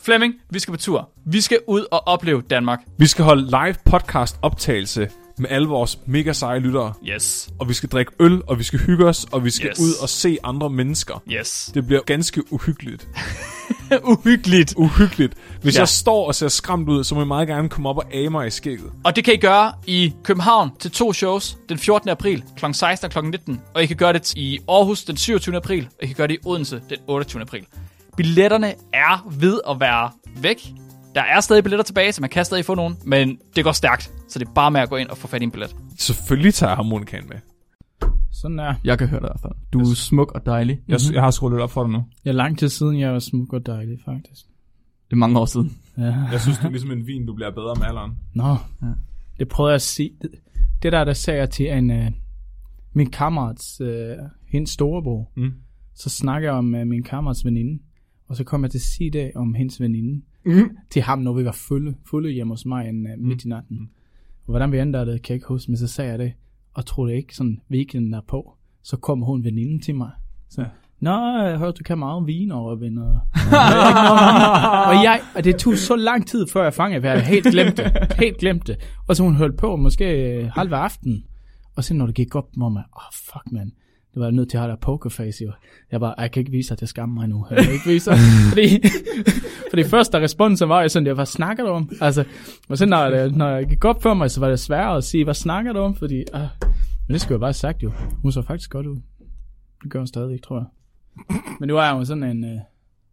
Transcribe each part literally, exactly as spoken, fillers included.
Flemming, vi skal på tur. Vi skal ud og opleve Danmark. Vi skal holde live podcast optagelse med alle vores mega seje lyttere. Yes. Og vi skal drikke øl, og vi skal hygge os, og vi skal yes. ud og se andre mennesker. Yes. Det bliver ganske uhyggeligt. Uhyggeligt. Uhyggeligt. Hvis ja. jeg står og ser skræmt ud, så må jeg meget gerne komme op og age mig i skægget. Og det kan I gøre i København til to shows den fjortende april klokken seksten og klokken nitten. Og I kan gøre det i Aarhus den syvogtyvende april, og I kan gøre det i Odense den otteogtyvende april. Billetterne er ved at være væk. Der er stadig billetter tilbage, så man kan stadig få nogen, men det går stærkt, så det er bare med at gå ind og få fat i en billet. Selvfølgelig tager jeg harmonikaen med. Sådan er. Jeg kan høre dig i hvert fald. Du er smuk og dejlig. Jeg, jeg har skruet lidt op for dig nu. Det er lang tid siden, jeg var smuk og dejlig, faktisk. Det er mange år siden. Ja. Jeg synes, du er ligesom en vin, du bliver bedre med alderen. Nå, ja. Det prøvede jeg at sige. Det, det der, der sagde jeg til en, uh, min kammerats, uh, hendes storebror. Mm. Så snakker jeg om uh, min kammerats veninde, og så kom jeg til at sige det om hendes veninde. Mm. Til ham, når vi var fulde, fulde hjemme hos mig en, uh, midt i natten. Mm. Og hvordan vi endte det, kan jeg ikke huske, men så sagde jeg det, og troede ikke sådan weekenden der på. Så kom hun veninde til mig. Så, ja. Nå, jeg hørte, du kan meget vin over, venner. og, jeg, og det tog så lang tid, før jeg fangede, at jeg helt glemte det. Helt glemte det. Og så hun holdt på, måske halve aften. Og så når det gik op, må man, åh, oh, fuck, man. Det var nødt til at have der pokerface, jo. Jeg bare, jeg kan ikke vise, at jeg skammer mig nu. Jeg kan ikke vise, fordi, fordi første respons var jeg sådan, jeg, hvad snakker du om? Altså, og så når, det, når jeg gik op for mig, så var det sværere at sige, hvad snakker du om? Fordi, uh, men det skulle jeg bare have sagt, jo. Hun så faktisk godt ud. Det gør hun stadig, tror jeg. Men nu er jeg jo sådan en... Uh...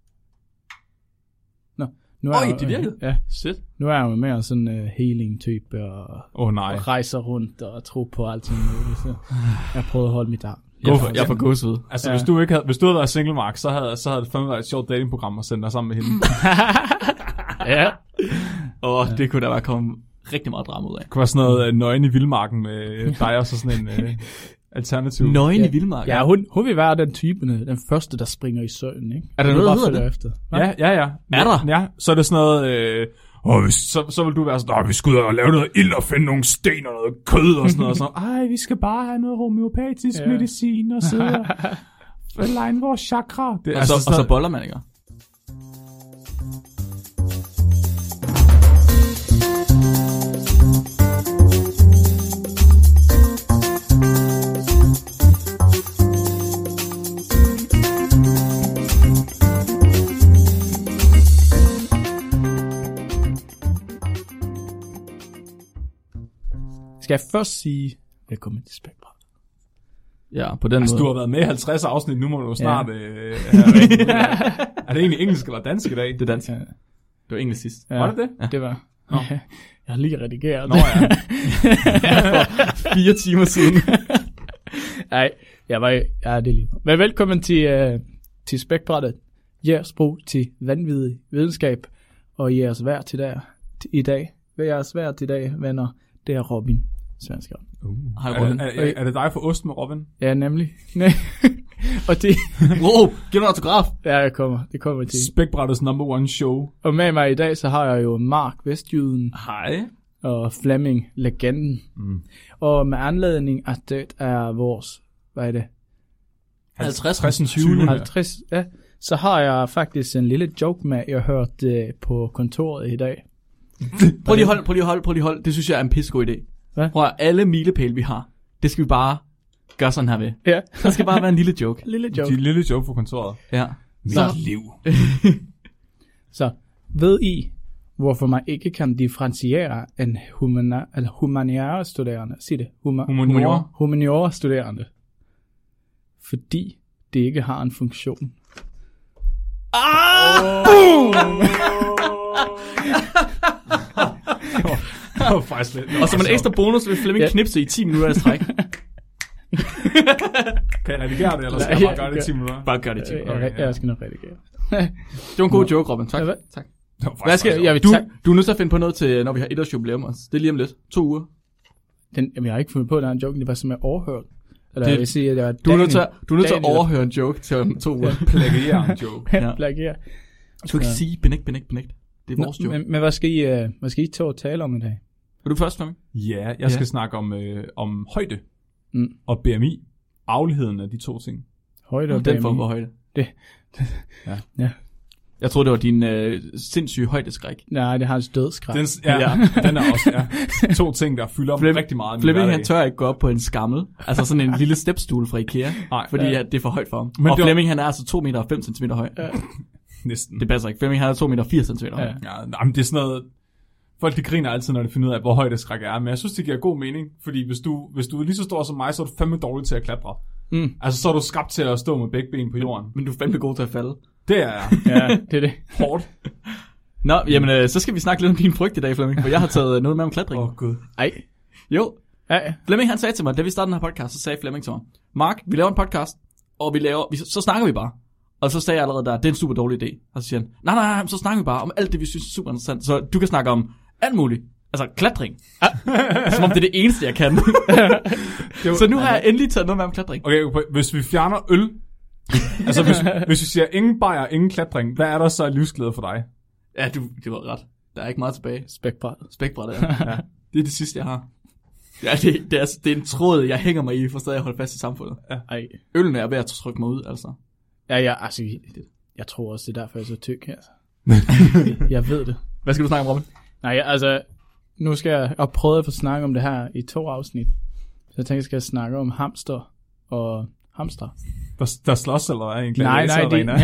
Nå, nu er Øj, jeg, det virkede. Ja. Shit. Nu er jeg jo mere sådan en uh, healing-type, og, oh, nej. og rejser rundt og tro på alt muligt. Så jeg prøvede at holde mit arm. Jeg får, jeg får gåsehud. Altså, ja. hvis du ikke havde, hvis du havde været single, Mark, så havde, så havde det fandme været et sjovt datingprogram at sende dig sammen med hende. ja. Og ja. Det kunne der bare komme rigtig meget drama ud af. Det kunne være sådan noget uh, nøgen i vildmarken med dig og så sådan en uh, alternativ. Nøgen ja. i vildmarken? Ja, hun, hun vil være den type, den første, der springer i søen, ikke? Er der noget, der hedder det? Efter. Ja, ja, ja. Er der? Ja, så er det sådan noget... Øh, Og hvis, så, så vil du være sådan, vi skal ud og lave noget ild og finde nogle sten og noget kød og sådan noget. Og sådan, ej, vi skal bare have noget homeopatisk ja. medicin og sidde og line vores chakra. Det, og, altså, så, og så boller man, ikke? Skal jeg først sige, velkommen til Spækbræt. Ja, på den altså, måde. Du har været med i halvtreds afsnit, nu må du snart... Ja. Øh, have, er det egentlig engelsk eller dansk i dag? Det er dansk. Ja. Det var engelsk sidst. Ja, var det det? Ja. Det var. Ja. Jeg har lige redigeret. Nå ja. For fire timer siden. Nej, jeg var... Ja, det er lige. Men velkommen til, uh, til Spækbrættet. Jeres brug til vanvittig videnskab. Og jeres vær til der i dag. Jeres vær til i dag, venner. Det er Robin Svensker. Uh. Hej, Robin. Er, er, er det dig for ost med Robin? Ja, nemlig. Og det... Wow, giv mig en autograf. Ja, jeg kommer. Det kommer til. Spækbrættets number one show. Og med mig i dag, så har jeg jo Mark Vestjyden. Hej. Og Flemming Legenden. Mm. Og med anledning, at det er vores... Hvad er det? halvtreds tyve halvtreds, ja. Så har jeg faktisk en lille joke med, jeg har hørt uh, på kontoret i dag. Prøv lige hold, prøv lige hold, prøv lige hold. Det synes jeg er en pissegod idé. Hvad? Prøv at alle milepæle, vi har, det skal vi bare gøre sådan her ved. Ja. Der skal bare være en lille joke. Lille joke. De lille joke på kontoret. Ja. Så. Liv. Så ved I, hvorfor man ikke kan differentiere en humana, eller humaniora studerende? Sig det. Huma, humaniora. Humaniora studerende. Fordi det ikke har en funktion. Ah! Oh. Boom! Oh, faktisk lidt. Og som en ekstra bonus vil Flemming yeah. knipse i ti minutter i stræk. Kan jeg redigere det, eller skal jeg bare gøre det i ti minutter? Bare gør det i ti minutter. Okay, jeg, jeg skal nok redigere. Det var en god joke, Robin. Tak. Ja, tak. Hvad skal jeg? Du, du er nødt til at finde på noget til, når vi har et års jubilæum også. Det er lige om lidt. To uger. Den, jamen, jeg har ikke fundet på, at der er en joke. Det var simpelthen overhørt. Eller det, jeg vil sige, at det var du er nødt til, du er nødt til at overhøre en joke til om to uger. Plagiere en joke. Ja. Plagiere. Du skal ikke sige benægt, benægt, benægt. Det er vores Nå, joke. Men, men hvad skal I, uh, hvad skal I til at tale om i dag? Er du først, Flemming? Ja, jeg skal ja. snakke om, øh, om højde mm. og B M I. Arveligheden af de to ting. Højde og den B M I. form for højde. Det. Ja. Ja. Jeg tror det var din øh, sindssyge højdeskræk. Nej, det har en dødskræk. Den, ja, ja, den er også, ja. To ting, der fylder Flem, rigtig meget i min Flemming, hverdag. han tør ikke gå op på en skammel. Altså sådan en lille stepstol fra IKEA. Nej. Fordi Ja. ja, det er for højt for ham. Men Og det var- Flemming, han er altså to meter og fem centimeter høj. Ja. Næsten. Det passer ikke. Flemming, han er to meter og fire centimeter høj. Ja. Ja, nej, men det er sådan noget... Folk de griner altid, når de finder ud af, hvor højt det skræk er. Men jeg synes, det giver god mening. Fordi hvis du, hvis du er lige så stor som mig, så er du fandme dårlig til at klatre. Mm. Altså, så er du skabt til at stå med begge ben på jorden. Men du er fandme god til at falde. Det er jeg. Ja, det er det. Hårdt. Nå, jamen øh, så skal vi snakke lidt om din frygt i dag, Flemming. For jeg har taget øh, noget med om klatring. Åh, oh, gud. Ej. Jo, Ja, ja. Flemming han sagde til mig, da vi startede den her podcast, så sagde Flemming til mig, Mark, vi laver en podcast, og vi laver, vi, så snakker vi bare. Og så sagde jeg allerede der, det er en super dårlig idé. Og så siger han, nej, nej, nej, så snakker vi bare om alt det, vi synes er super interessant. Så du kan snakke om alt muligt. Altså klatring. Som om det er det eneste, jeg kan. Så nu har jeg endelig taget noget med om klatring. Okay, hvis vi fjerner øl... altså, hvis, hvis vi siger ingen bajer, ingen klatring, hvad er der så af livsglæde for dig? Ja, du, det var ret. Der er ikke meget tilbage. Spækbræt. Spækbræt, ja. ja. Det er det sidste, jeg har. Ja, det, det, er, det er en tråd, jeg hænger mig i, for stadig at holde fast i samfundet. Ja. Ej. Øllen er ved at trykke mig ud, altså. Ja, ja, altså, jeg tror også, det er derfor, jeg er så tyk her. Jeg ved det. Hvad skal du snakke om, Robin? Nej, ja, altså, nu skal jeg op prøve at få snakket om det her i to afsnit. Så jeg tænker, jeg skal snakke om hamster og hamster. Der, der slås, eller hvad? Egentlig? Nej, nej, det... Arena.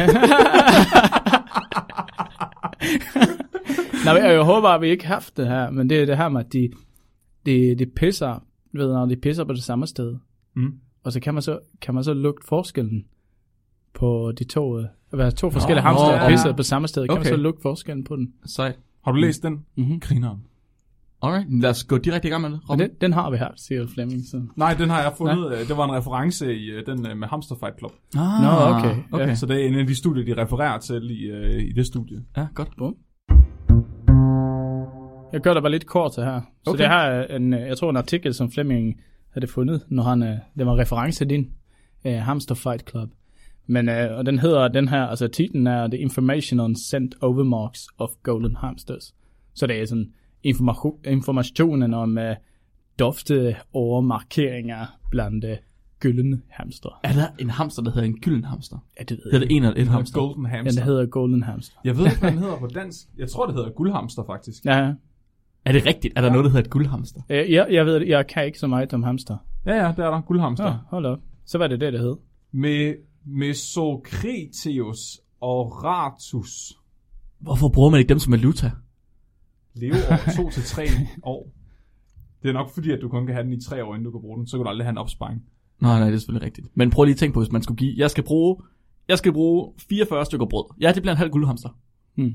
Nej, jeg håber, at vi ikke har haft det her, men det er det her med, at de, de, de pisser, ved når de pisser på det samme sted. Mm. Og så kan man så, kan man så lugte forskellen på de to, øh, to forskellige Nå, hamster, der ja. pisser på samme sted. Kan Okay. man så lugte forskellen på den? Sejt. Har du læst den? Mm-hmm. Grineren. Alright, lad os gå direkte i gang med det, Og Robin. den, den har vi her, siger Flemming. Så. Nej, den har jeg fundet. Ja. Det var en reference i uh, den uh, med Hamster Fight Club. Ah, Nå, okay. okay. Ja. Så det er en af de studier, de refererer til i, uh, i det studie. Ja, godt. Bum. Jeg gør det bare lidt kort til her. Så Okay. det her er en, jeg tror en artikel, som Flemming havde fundet, når han, øh, det var reference til din uh, Hamster Fight Club. Men, uh, og den hedder, den her, altså titlen er The Information on Scent Overmarks of Golden Hamsters. Så det er sådan information, informationen om uh, dufte overmarkeringer blandt uh, gyldne hamster. Er der en hamster, der hedder en gylden hamster? Ja, det ved Hedder det en eller et hamster? Golden Ja, Hamster. det hedder Golden Hamster. Jeg ved ikke, hvad den hedder på dansk. Jeg tror, det hedder guldhamster, faktisk. Ja, ja. Er det rigtigt? Er der noget, der hedder et guldhamster? Jeg, jeg, jeg ved det, jeg kan ikke så meget om hamster. Ja, ja, der er der. Guldhamster. Ja, hold op. Så var det det, det hed. Med Mesocriteus auratus. Hvorfor bruger man ikke dem som valuta? Leveår to til tre år. Det er nok fordi, at du kun kan have den i tre år, inden du kan bruge den. Så kan du aldrig have en opsparing. Nej, nej, det er selvfølgelig rigtigt. Men prøv lige at tænke på, hvis man skulle give... Jeg skal bruge, jeg skal bruge fireogfyrre stykker brød. Ja, det bliver en halv guldhamster. Hmm.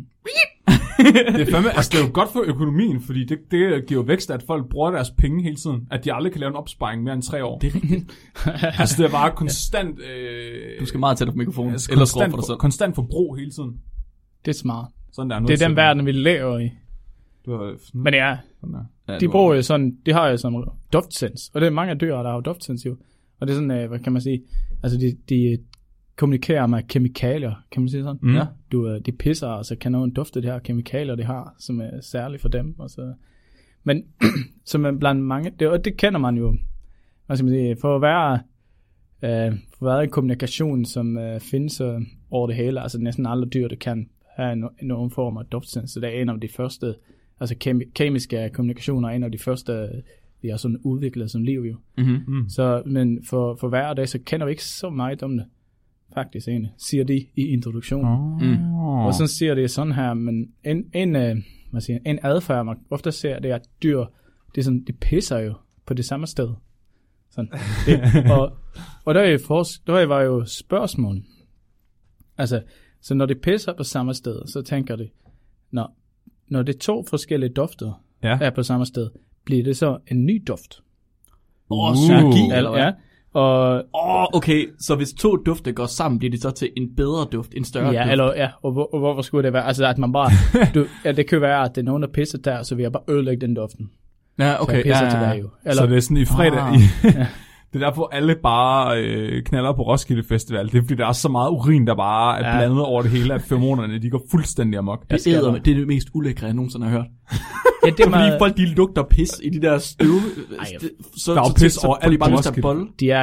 Det er, fandme, altså, det er jo godt for økonomien, fordi det, det giver jo vækst, at folk bruger deres penge hele tiden. At de aldrig kan lave en opsparing mere end tre år. Det er rigtigt. Altså, det er bare konstant... Øh, Du skal meget tæt på mikrofonen. altså, Ellers skruer konstant, for dig for, selv. konstant forbrug hele tiden. Det er smart. Sådan der. Det er den verden, vi lever i. Du har, sådan, Men ja, sådan der. Ja, de du bruger har- jo sådan, de har jo sådan duftsens. Og det er mange af dyr, der har jo duftsens jo. Og det er sådan, øh, hvad kan man sige, altså de, de kommunikerer med kemikalier, kan man sige sådan. Mm. Ja. Du, øh, de pisser, og så kan nogen dufte de her kemikalier, de har, som er særligt for dem. Og så. Men som er blandt mange, det, og det kender man jo, hvad skal man sige, for at være, øh, for at være en kommunikation, som øh, findes øh, over det hele. Altså næsten alle dyr, der kan have no, nogen form af duftsens. Så det er en af de første, altså kemi- kemiske kommunikationer, er en af de første, vi har sådan udviklet som liv jo. Mhm. Mm. Så, men for, for hver dag, så kender vi ikke så meget om det. Faktisk egentlig, siger de i introduktionen. Oh. Mm. Og så siger det sådan her, men en, en, øh, hvad siger, en adfærd, man ofte ser, det er, at dyr, det er sådan, de pisser jo på det samme sted. Sådan. Det, og, og der, er jo fors- der var jo spørgsmål. Altså, så når de pisser på samme sted, så tænker de, når, når det er to forskellige dufter, Ja. er på samme sted, bliver det så en ny duft. Åh, Uh. synergi, eller hvad? Ja, og Åh, oh, okay. Så hvis to dufte går sammen, bliver det så til en bedre duft, en større ja, duft? eller, ja, og, hvor, og hvorfor skulle det være? Altså, at man bare, du, ja, det kan jo være, at det er nogen, der pisser der, så vil jeg bare ødelægge den duften. Ja, Så okay. jeg pisser ja, tilbage ja. jo. Så det er sådan i fredag. Ah. I, det er derfor, alle bare øh, knaller på Roskilde Festival. Det er fordi, der er så meget urin, der bare er Ja. blandet over det hele, at feromonerne, de går fuldstændig amok. Det, skal æder, bare- det er det mest ulækre, jeg nogensinde har hørt. Ja, det er Fordi meget, folk, de lugter pis i de der støv. Ej, så, der er jo så, pis så, så over får de alt bare på lyst til at Roskilde. bolle. de er jo ikke,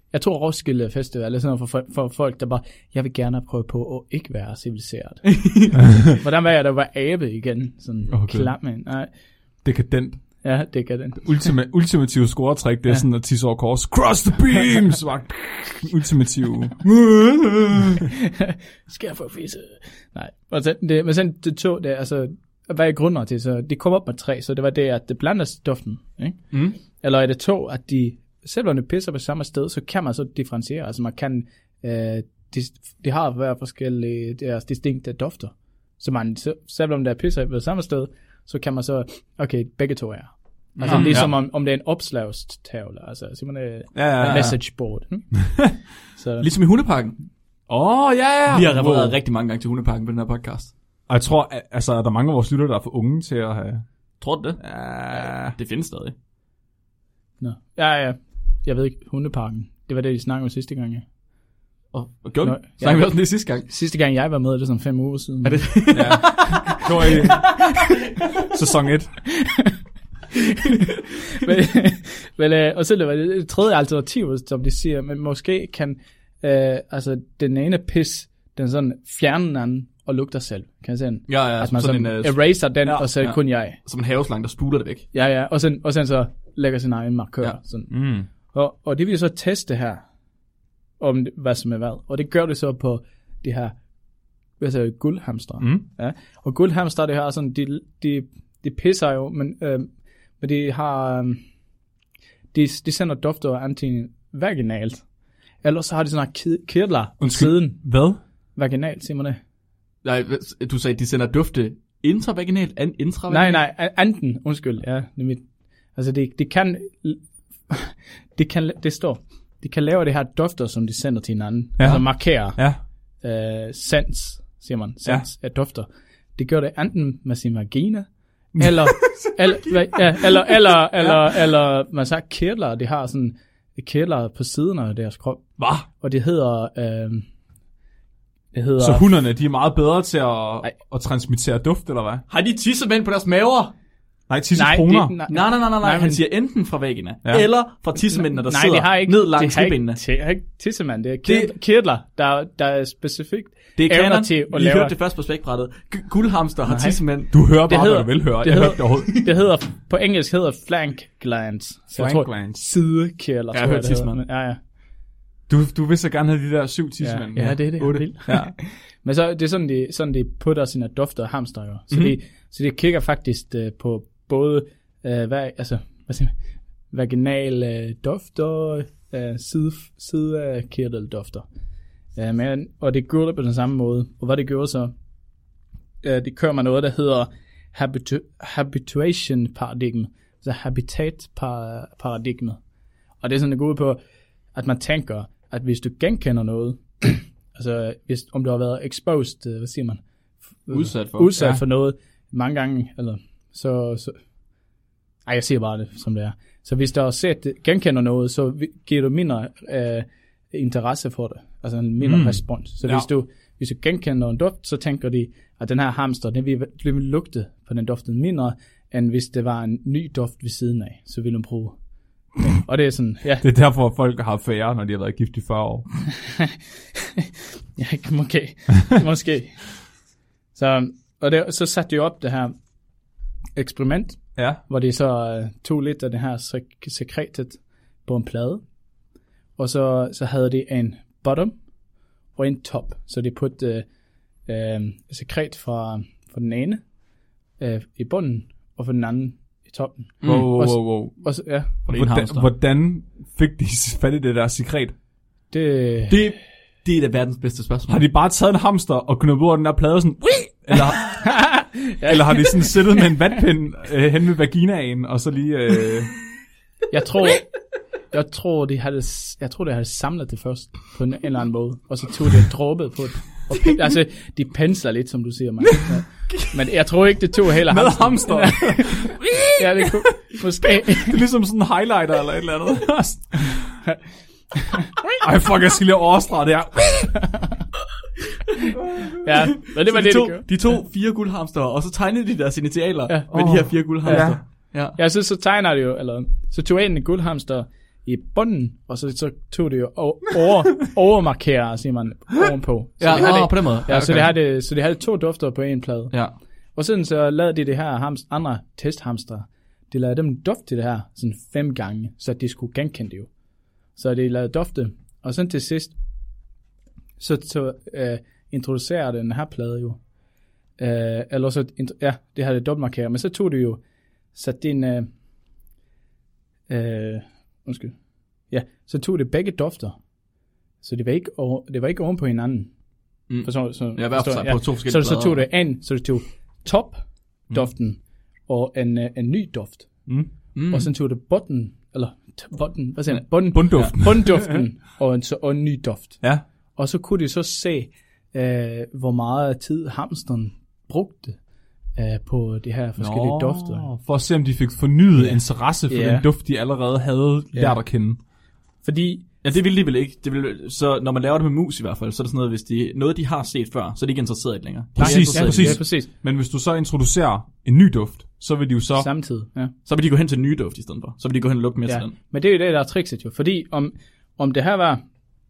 Jeg tror Roskilde Festival er sådan noget for, for folk, der bare, jeg vil gerne prøve på at ikke være civiliseret. Hvordan var jeg, der var abe igen? Sådan Okay. klam, men nej. Dekadent. Ja, det kan den. Ultima, ultimative scoretræk, det er ja. sådan at tisse over kors. Cross the beam! Så bare ultimative. Skal jeg få fisse? Nej. Og så, det, men sådan det to, det er altså, hvad er grunder til? Så de kom op med tre, så det var det, at det blander duften. Ikke? Mm. Eller er det to, at de, selvom de pisser på samme sted, så kan man så differentiere. Altså man kan, øh, de, de har hver forskellige deres distinkte dufter. Så man, så, selvom der er pisser på samme sted, så kan man så, okay, begge to er. Altså Mm, ligesom ja. om, om det er en opslagstavle, altså simpelthen en Ja, ja, ja. message board. Hm? Så, Ligesom i hundeparken. Åh, oh, ja, ja. Vi har refereret Wow. rigtig mange gange til hundeparken på den her podcast. Og jeg tror, at, altså, er der mange af vores lyttere, der er for unge til at have... Tror du det? Ja. Det findes stadig. Nå. Ja, ja. Jeg ved ikke, hundeparken. Det var det, de snakkede om sidste gang. Ja. Og, og gjorde Nå, vi? Snakkede ja. vi også om det sidste gang? Sidste gang jeg var med, det er sådan fem uger siden. Er det? Ja. Det var i sæson et. men, men, øh, og så det var det tredje alternativ, som de siger, men måske kan øh, altså den ene pis, den sådan fjerne den anden og lugter selv. Kan jeg se den? Ja, ja. At man sådan sådan en, uh, eraser den, ja, og så er det ja. kun jeg. som en haveslange, der spuler det væk. Ja, ja, og sen, og sen så lægger sin egen markør. Ja. Sådan. Mm. Og, og det vil så teste her, om det, hvad som er hvad. Og det gør det så på det her, hvad siger jeg, guldhamster. Mm. Ja. Og guldhamster, det har sådan, de, de, de pisser jo, men, øh, men de har, øh, de, de sender dufter enten vaginalt, eller så har de sådan nogle kirtler om siden. Hvad? Vaginalt, siger man det? Nej, du sagde, de sender dufte intravaginalt, an, Nej, intravaginalt? nej, a- enten, undskyld, ja, det er mit, altså det, det kan, det kan, det står, de kan lave det her dufter, som de sender til hinanden, Ja. altså markerer, Ja. øh, sans, siger man, sans ja. af dufter. Det gør det enten med sin vagina, eller, eller, ja, eller, eller, eller, eller, man siger kirtler, de har sådan kirtler på siden af deres krop, Hvad? og det hedder, øh, det hedder, Så hunderne, de er meget bedre til at, at transmittere duft, eller hvad? Har de tissemænd på deres maver? Nej, tisse nej, kroner. det, nej, Nej, nej, nej, nej, nej. Han men- siger enten fra vagina, Ja. eller fra tissemændene, der nej, sidder det har ikke, ned det langs har ikke, ribbenene. det har ikke tissemand, det er kirtler, kirtler der, der er specifikt Det er evner kanon. til at Vi lave, hørte det først på spækbrættet. G- Guldhamster har Nej. tissemænd. Du hører bare, hedder- hvad du vil høre. det Jeg hedder- hørte det overhovedet. det hedder, på engelsk hedder flank glands. Så jeg Flank tror, glands. sidekirtler. Jeg har tror hørt det hedder. tissemand. Men- Ja, ja. Du, du vil så gerne have de der syv tissemænd. Ja, ja, det er det. Otte. Vildt. Ja. Men så det er sådan, de, sådan de putter sine dufter og hamster jo. Så, Mhm. de, så de kigger faktisk uh, på både uh, hvad, altså, hvad siger man, vaginal uh, dufter, uh, side, sidekirteldufter. Uh, men, og det gør det på den samme måde. Og hvad det gør så, uh, det kører man noget, der hedder habitu- habituation paradigme. Altså habitat paradigme. Og det er sådan, det går ud på, at man tænker, at hvis du genkender noget, altså hvis, om du har været exposed, øh, hvad siger man? Udsat for. Udsat Ja. for noget mange gange, eller så, så ej, jeg siger bare det, som det er. Så hvis du har set, genkender noget, så vi- giver du mindre øh, interesse for det, altså en mindre Mm. mm. respons. Så Ja. hvis du hvis du genkender en duft, så tænker de, at den her hamster, den vil, den vil lugte på den duften mindre, end hvis det var en ny duft ved siden af, så vil hun prøve. Og det er sådan, ja, Det er derfor, folk har færre, når de har været gift i fyrre år. ja, måske, måske. Så, og det, så satte de op det her eksperiment, Ja. hvor de så uh, tog lidt af det her sek- sekretet på en plade, og så, så havde de en bottom og en top, så de puttede uh, uh, sekret fra, fra den ene uh, i bunden, og fra den anden i toppen. Wow, wow, Og så- wow, wow. Og så, ja, For det er en Hvordan, hamster. hvordan fik de fat i det der sekret? det, Det, det er da verdens bedste spørgsmål. Har de bare taget en hamster og knuppet over den der plade sådan, Wii! Eller, eller har de sådan siddet med en vatpind øh, hen ved vaginaen, og så lige... Øh, jeg tror, jeg tror, de havde, jeg tror, de havde samlet det først på en eller anden måde, og så tog de dråbet på det. Og pen, altså, de pensler lidt, som du siger, man. Ja. Men jeg tror ikke, det tog hele med hamster. hamster. Ja, det kunne, måske. Det er ligesom sådan en highlighter eller et eller andet. Ej, fuck, jeg skal lige overstrege det her. Ja, men det var Så det, de, de to, gjorde. de to fire guldhamster, og så tegnede de deres initialer Ja. med de her fire guldhamster. Ja. Ja. Ja, så, så tegner det jo, eller så tog en guldhamster, i bunden, og så, så tog det jo over, overmarkere, siger man, ovenpå. Så Ja, det har åh, det, på den måde. Ja, Ja, så, okay. det har det, så det havde to dufter på en plade. Ja. Og sådan så lavede de det her hams, andre testhamstere. De lavede dem dufte det her sådan fem gange, så de skulle genkende det jo. Så de lavede dufte. Og så til sidst, så, så uh, introducerer den her plade jo. Uh, eller så, ja, det havde det dobbeltmarkeret. Men så tog det jo, så din, uh, uh, undskyld. Ja, så tog det begge dufter. Så det var ikke, over, det var ikke oven på hinanden. Mm. For så, så, Ja, hver for sig på to forskellige så, så tog plader. det en, så det tog top-duften mm. og en, uh, en ny duft. Mm. Mm. Og så tog det bunden, eller t- bunden, hvad siger man? Bund, Bundduften. Ja, bundduften og, en, så, og en ny duft. Ja. Og så kunne de så se, øh, hvor meget tid hamsteren brugte øh, på de her forskellige Nå, dufter. For at se, om de fik fornyet Ja. interesse for Ja. den duft, de allerede havde Ja. lært at kende. Fordi, Ja, det ville de vel ikke. Det ville, så når man laver det med mus i hvert fald, så er det sådan noget, hvis de, noget de har set før, så er de ikke interesseret i det længere. De er Præcis, interesseret ja, i det. præcis. ja, præcis, Men hvis du så introducerer en ny duft, så vil de jo så... samtidig. Ja. Så vil de gå hen til en ny duft i stedet for. Så vil de gå hen og lukke mere Ja. til den. Men det er jo det, der er trickset jo. Fordi om, om det her var,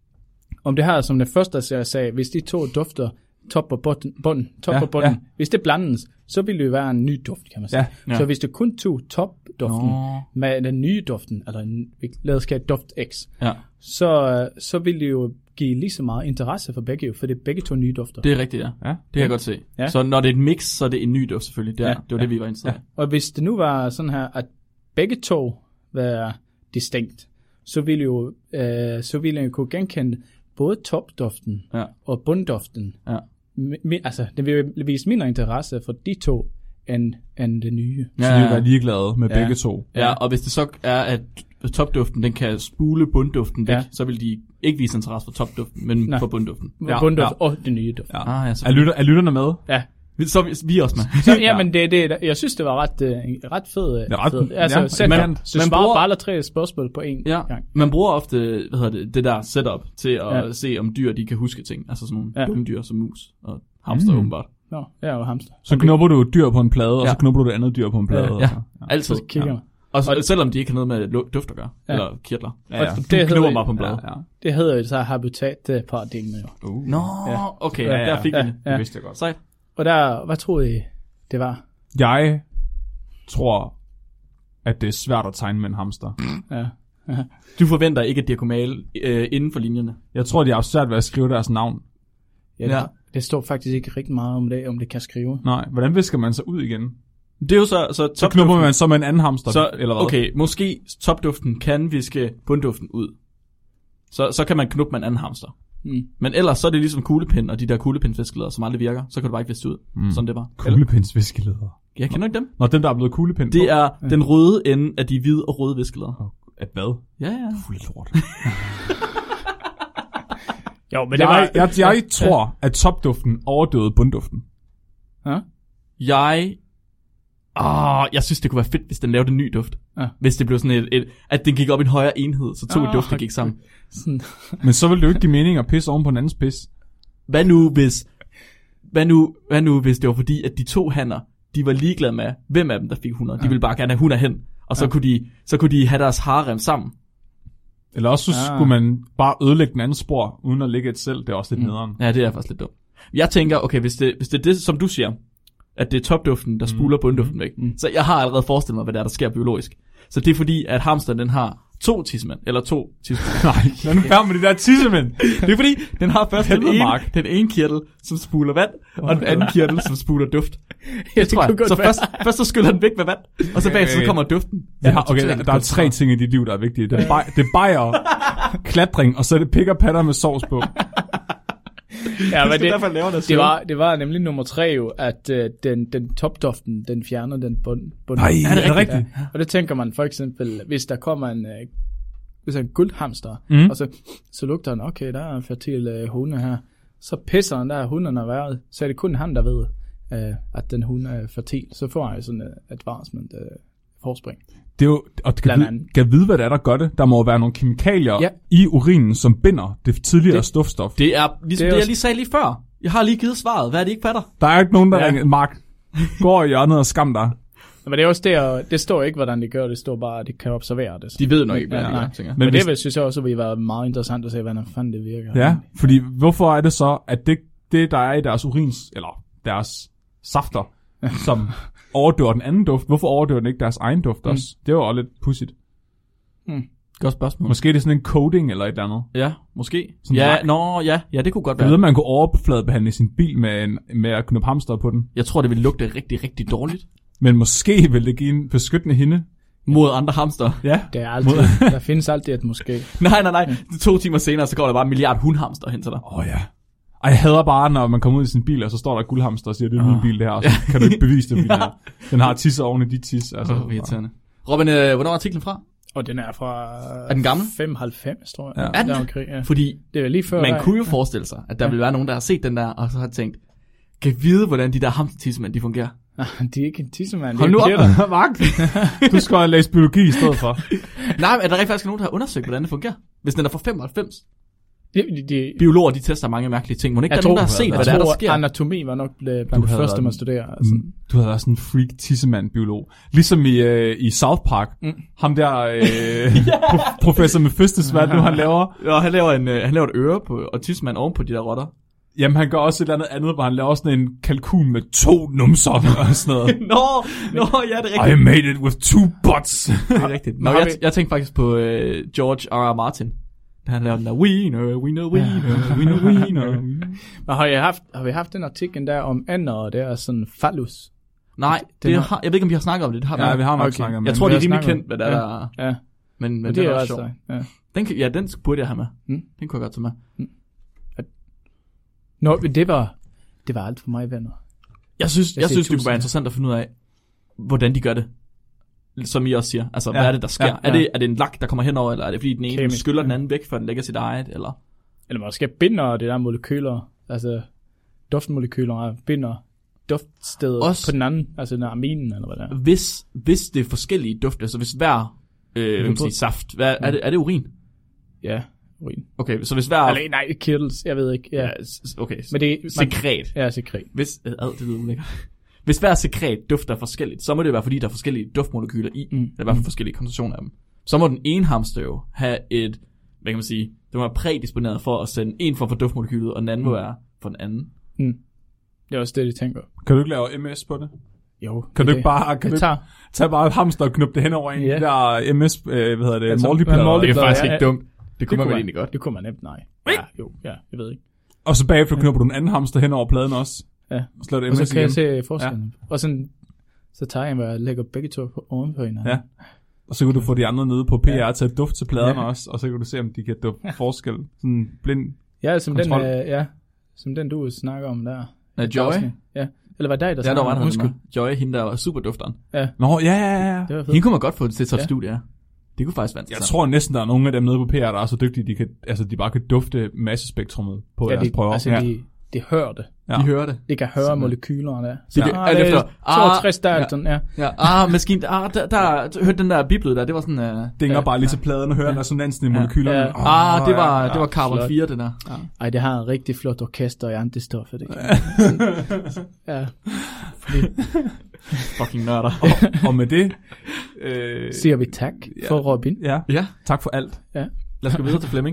om det her som det første, jeg sagde, hvis de to dufter, top og bunden, bunden top Ja, og bunden, ja. hvis det blandes, så ville det jo være en ny duft, kan man sige. Ja, ja. Så hvis det kun tog top-duften Nå. med den nye duften, eller en, lad os kalde duft X, Ja, så, så ville det jo give lige så meget interesse for begge, for det er begge to nye dufter. det er rigtigt, ja. Ja. Det kan jeg godt se. Ja. Så når det er et mix, så er det en ny duft selvfølgelig. Det, er, Ja. det var det, vi var interesseret i. Og hvis det nu var sådan her, at begge to var distinkt, så ville jo, øh, så ville jeg kunne genkende både topduften Ja. og bundduften. Ja. Mi- mi- altså, det vil vise mindre interesse for de to, end, end det nye. Så de vil være ligeglade med Ja. begge to. Ja, og hvis det så er, at topduften, den kan spule bundduften væk, Ja. så vil de ikke vise interesse for topduften, men Nej. for bundduften. Ja, Ja, bundduften ja. og det nye duft. Ja. Ah, ja, Er, så, lytter, er lytterne med? Ja. så er vi, vi er også med. Så, ja, men det, det, jeg synes, det var ret, uh, ret fed. Det er ret- fed. Altså, ja, sæt, man- man, man så svarer bruger- bare alle tre spørgsmål på én Ja, gang. man bruger ofte, hvad hedder det, det der setup til at Ja. se, om dyr, de kan huske ting. Altså sådan nogle Ja. dumme dyr som mus og hamster, Mm. åbenbart. Nå, jeg er jo hamster. Så knupper du et dyr på en plade, og Ja. så knupper du et andet dyr på en plade. Ja. og Ja, så- altid. Så kigger Ja. jeg. Og, og selvom de ikke har noget med lu- duft at gøre, Ja. eller kirtler. Ja, ja. Og Du det knupper hedder, mig på en blad. Ja, ja. det hedder jo så habitatparadigme jo. Uh, Nå, Ja. okay, Ja, ja, der fik vi ja, det. ja. det vidste jeg godt. Sejt. Og der, hvad troede I, det var? Jeg tror, at det er svært at tegne med en hamster. Ja. Du forventer ikke, at de har kunne male øh, inden for linjerne. Jeg tror, de har svært ved at skrive deres navn. Ja, Ja. det, det står faktisk ikke rigtig meget om det, om det kan skrive. Nej, hvordan visker man sig ud igen? Det er jo så, så Så knupper man så med en anden hamster, Så, eller hvad? okay, måske topduften kan viske bundduften ud. Så, så kan man knuppe med en anden hamster. Mm. Men ellers så er det ligesom kuglepind, og de der kuglepindfiskeleder, som aldrig virker. Så kan du bare ikke viske det ud. Mm. Sådan det var. Kuglepindsviskeleder. Jeg kender ikke dem. Nå, dem der er blevet kuglepind Det på. er den røde ende af de hvide og røde viskeleder. At hvad? Ja, ja. Fuld lort. Jo, men det jeg, var... jeg, jeg tror, at topduften overdøde bundduften. Ja. Jeg... Åh, jeg synes, det kunne være fedt, hvis den lavede en ny duft. Ja. Hvis det blev sådan et, et... At den gik op i en højere enhed, så to Ah, oh, dufte gik sammen. Sådan. Men så ville det jo ikke give mening at pisse oven på en andens pis. Hvad nu, hvis... Hvad nu, hvad nu, hvis det var fordi, at de to hanner, de var ligeglade med, hvem af dem, der fik hundrede. De ville bare gerne have hundrede hen. Og så, Ja. kunne de, så kunne de have deres harem sammen. Eller også så Ah. skulle man bare ødelægge den anden spor, uden at lægge et selv. Det er også lidt mm. nederen. Ja, det er faktisk lidt dumt. Jeg tænker, okay, hvis det, hvis det er det, som du siger, at det er topduften, der spuler mm. bundduften væk. Mm. Så jeg har allerede forestillet mig, hvad der er, der sker biologisk. Så det er fordi, at hamsteren, den har to tissemænd, eller to tissemænd. Nej, lad nu være med de der tissemænd. Det er fordi, den har først den Helvede, ene, Mark. den ene kirtel, som spuler vand, og den anden kirtel, som spuler duft. Ja, Det tror kunne jeg. godt Så være. først, først så skyller den væk med vand, og så bagefter så Okay. kommer duften. Vi har, okay, der, der er tre ting i dit liv, der er vigtige. Det er, baj, det er bajer, klatring, og så er det pik og patter med sovs på. Ja, men det, derfor laver det det, var, det var nemlig nummer tre jo, at uh, den, den topduften, den fjerner den bund. bund. Nej, ja, er det rigtigt? Ja. Og det tænker man for eksempel, hvis der kommer en, uh, hvis der er en guldhamster, Mm. og så, så lugter den, okay, der er en fertil uh, hunde her. Så pisser den der, hunden har været, så er det kun han, der ved, uh, at den hund er fertil. Så får jeg sådan et uh, advancement uh, forspring. Det er jo, og kan Blandt vide, andet. kan vide, hvad det er, der gør det. Der må jo være nogle kemikalier Ja. i urinen, som binder det tidligere Det- stofstof. Det er ligesom Det det, er det jeg også- lige sagde lige før. Jeg har lige givet svaret. Hvad er det, I ikke fatter? Der er ikke nogen, der Ja. ja. ringer, Mark, gå over i hjørnet og skam dig. Men det er også der, det står ikke, hvordan det gør, det står bare, at det kan observere det. De ved nok ikke, hvad ja, de nej. gør, tænker jeg. Men, Men hvis- det vil, synes jeg også, vil være meget interessant at se, hvordan fanden det virker. Ja, fordi hvorfor er det så, at det, det der er i deres urins, eller deres safter, som overdøver den anden duft, hvorfor overdøver den ikke deres egen duft også? Mm. Det var også lidt pudsigt. Godt spørgsmål. Måske er det sådan en coating eller et eller andet. Ja, måske. Sådan Ja, lak. nå, ja, ja, det kunne godt Jeg ved, være. at man kunne overfladebehandle sin bil med, en, med at knuppe hamster på den. Jeg tror, det ville lugte rigtig, rigtig dårligt. Men måske vil det give en beskyttende hende. Mod andre hamster. Ja. Det er altid, der findes altid et måske. Nej, nej, nej. To timer senere, så går der bare en milliard hundhamster hen til dig. Åh oh, ja. Ej, jeg hader bare, når man kommer ud i sin bil, og så står der guldhamster og siger, det er min bil det her, og så kan du ikke bevise det, fordi den, er, den har tisser oven i dit tis. Altså, Åh, oh, irriterende. Robin, øh, hvornår er artiklen fra? Og den er fra... Er den gammel? femoghalvfems, tror jeg. Ja. Er den? Der omkring, ja. Fordi Det er lige før... man der- kunne jo forestille sig, at der ville være nogen, der har set den der, og så har tænkt, kan vide, hvordan de der hamstertissemænd, de fungerer. De er ikke en tissemand. Hold nu op, Mark. Du skal have læst biologi i stedet for. Nej, men er der rent faktisk nogen, der har undersøgt, hvordan det fungerer? Hvis den er fra femoghalvfems. De, de, Biologer, de tester mange mærkelige ting. Må ikke jeg der er tror, nogen, der har set, jeg hvad der er, der tror, sker? anatomi var nok blandt Du det havde første, været man en- studerer. Altså. Mm, Du havde været sådan en freak tissemand-biolog. Ligesom i, øh, i South Park. Mm. Ham der øh, pro- professor Mephistus, hvad er det nu han laver? Ja, han laver, en, øh, han laver et øre på, og tissemand oven på de der rotter. Jamen han gør også et eller andet andet, hvor han laver sådan en kalkun med to numser og sådan noget. Nå, nå, ja, det er I rigtigt. made it with two butts. Det er rigtigt. Nå, Har jeg, vi- jeg tænkte faktisk på øh, George R. R. Martin. Da han laver den der, wiener, wiener, wiener, wiener, wiener. Men har, jeg haft, har vi haft den artikel der om ender, og det er sådan phallus? Nej, det Den har- har, jeg ved ikke, om vi har snakket om det. Det har Ja, vi har nok Okay. snakket om Jeg det. tror, vi det er har rimelig snakket kendt, hvad der er, der er. Ja, Men, men, men det det er er også altså... sjovt. Ja. Den, kan- ja, den burde jeg have med. Mm. Den kunne jeg godt tage med. Nå, men det var, det var alt for mig, venner. Jeg synes, jeg, Jeg jeg siger synes det kunne tusind. være interessant at finde ud af, hvordan de gør det. Som I også siger. Altså, Ja, hvad er det, der sker? ja, Er, det, er det en lak, der kommer henover, eller er det fordi den ene Kemisk. skyller den anden væk, før den lægger sit eget, eller? Eller måske binder det der molekyler, altså duftmolekyler, binder duftstedet Også- på den anden, altså den aminen, eller hvad det er. Hvis, hvis det er forskellige dufte, altså hvis hver øh, hvad man sige, saft, hvad, er, det, er det urin? Ja, urin. Okay, så hvis hver... Eller nej, kirtles, jeg ved ikke. Ja, Ja, s- okay, men det man, sekret. Ja, sekret. Hvis, øh, ad, det lyder ulækkert. Hvis hver sekret dufter forskelligt, så må det være, fordi der er forskellige duftmolekyler i, Mm. eller i hvert fald forskellige koncentrationer af dem. Så må den ene hamster jo have et, hvad kan man sige, det må være prædisponeret for at sende en form for duftmolekyl ud, og den anden må være for den anden. Mm. Det er også det, de tænker. Kan du ikke lave M S på det? Jo. Kan du det- ikke bare kan det du ikke tager. tage bare et hamster og knuppe det hen over en Ja. af de der M S, øh, hvad hedder det, Altså, multiplader? multi- Det er faktisk ja, ikke ja. dumt. Det kunne man vel egentlig godt. Det kunne man nemt, nej. Ja, jo, ja, jeg ved ikke. Og så bagefter knupper du en anden hamster hen over pladen også. Ja. Og slår det Og M S så kan jeg igen. se forskellen. Ja. Og sådan, så tager jeg mig og lægger begge to på, oven på hinanden. Ja. Og så kan du få de andre nede på P R Ja. til at dufte til pladerne Ja. også, og så kan du se, om de kan dufte forskel. Sådan blind. Ja, som den, Kontrol. øh, ja, som den du snakker om der. Er Joy? Ja, eller var det dig, der Ja, der snakkede var om? der Undskyld. med. Joy, hende der var superdufteren. Ja, Nå, ja, ja, ja. det var fedt. Hende kunne man godt få til et Ja. studie, ja. Det kunne faktisk være Jeg interessant. tror næsten, der er nogle af dem nede på P R, der er så dygtige, de, kan, altså, de bare kan dufte massespektrummet på Ja, deres de, prøver. altså, ja. de, de hører det. Ja. De hører det. De kan høre Sådan. molekylerne der. Det er ah, alt det er efter- toogtres ah, Dalton, ja. Ja, ah, maskinen, ah, der, der, hørte den der biblet der, det var sådan, uh, Dinger Ja. bare lige til pladen og hører resonansen i molekylerne. Ja. ah, det var, ja, det var carbon flot. fire, det der. Ja. Ej, det har en rigtig flot orkester i antistoffer, det kan Ja, Fucking nørder. Og med det... Øh, siger vi tak for Robin. ja, Ja, tak for alt. Ja. lad os gå videre til Flemming.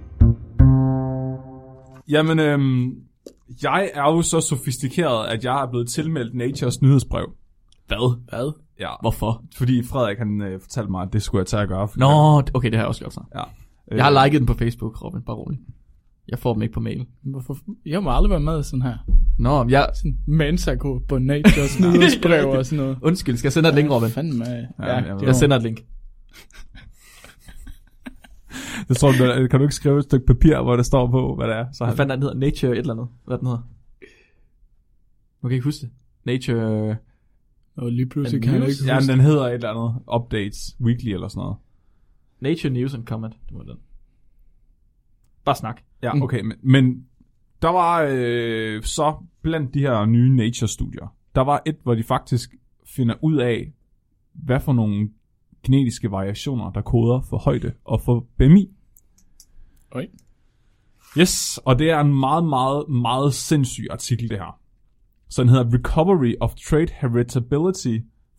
Jamen, øhm, jeg er jo så sofistikeret, at jeg er blevet tilmeldt Natures nyhedsbrev. Hvad? Hvad? Ja, Hvorfor? fordi Frederik han øh, fortalte mig, at det skulle jeg tage at gøre. Nå, okay, det har jeg også gjort så. Ja. Jeg har liket den på Facebook, Robin, bare rolig. Jeg får dem ikke på mail. Hvorfor? Jeg må aldrig være med sådan her. Nå, men jeg... Sådan Mensa-gå på Natures nyhedsbrev og sådan noget. Undskyld, skal jeg sende dig et link, Robin? Fanden med. Ja, jeg ved. det Jeg sender et link. Det tror du, kan du ikke skrive et stykke papir, hvor der står på, hvad det er? Så Hvad han, fanden er den hedder? Nature et eller andet. Hvad den hedder? Jeg kan ikke huske det. Nature... Og lige pludselig kan jeg News? ikke ja, huske. den hedder et eller andet Updates Weekly eller sådan noget. Nature News and Comment. Det var den. Bare snak. Ja, okay, men, men der var øh, så blandt de her nye Nature-studier, der var et, hvor de faktisk finder ud af, hvad for nogle genetiske variationer, der koder for højde og for B M I. Oj. Yes, og det er en meget, meget, meget sindssyg artikel, det her. Så den hedder Recovery of Trait Heritability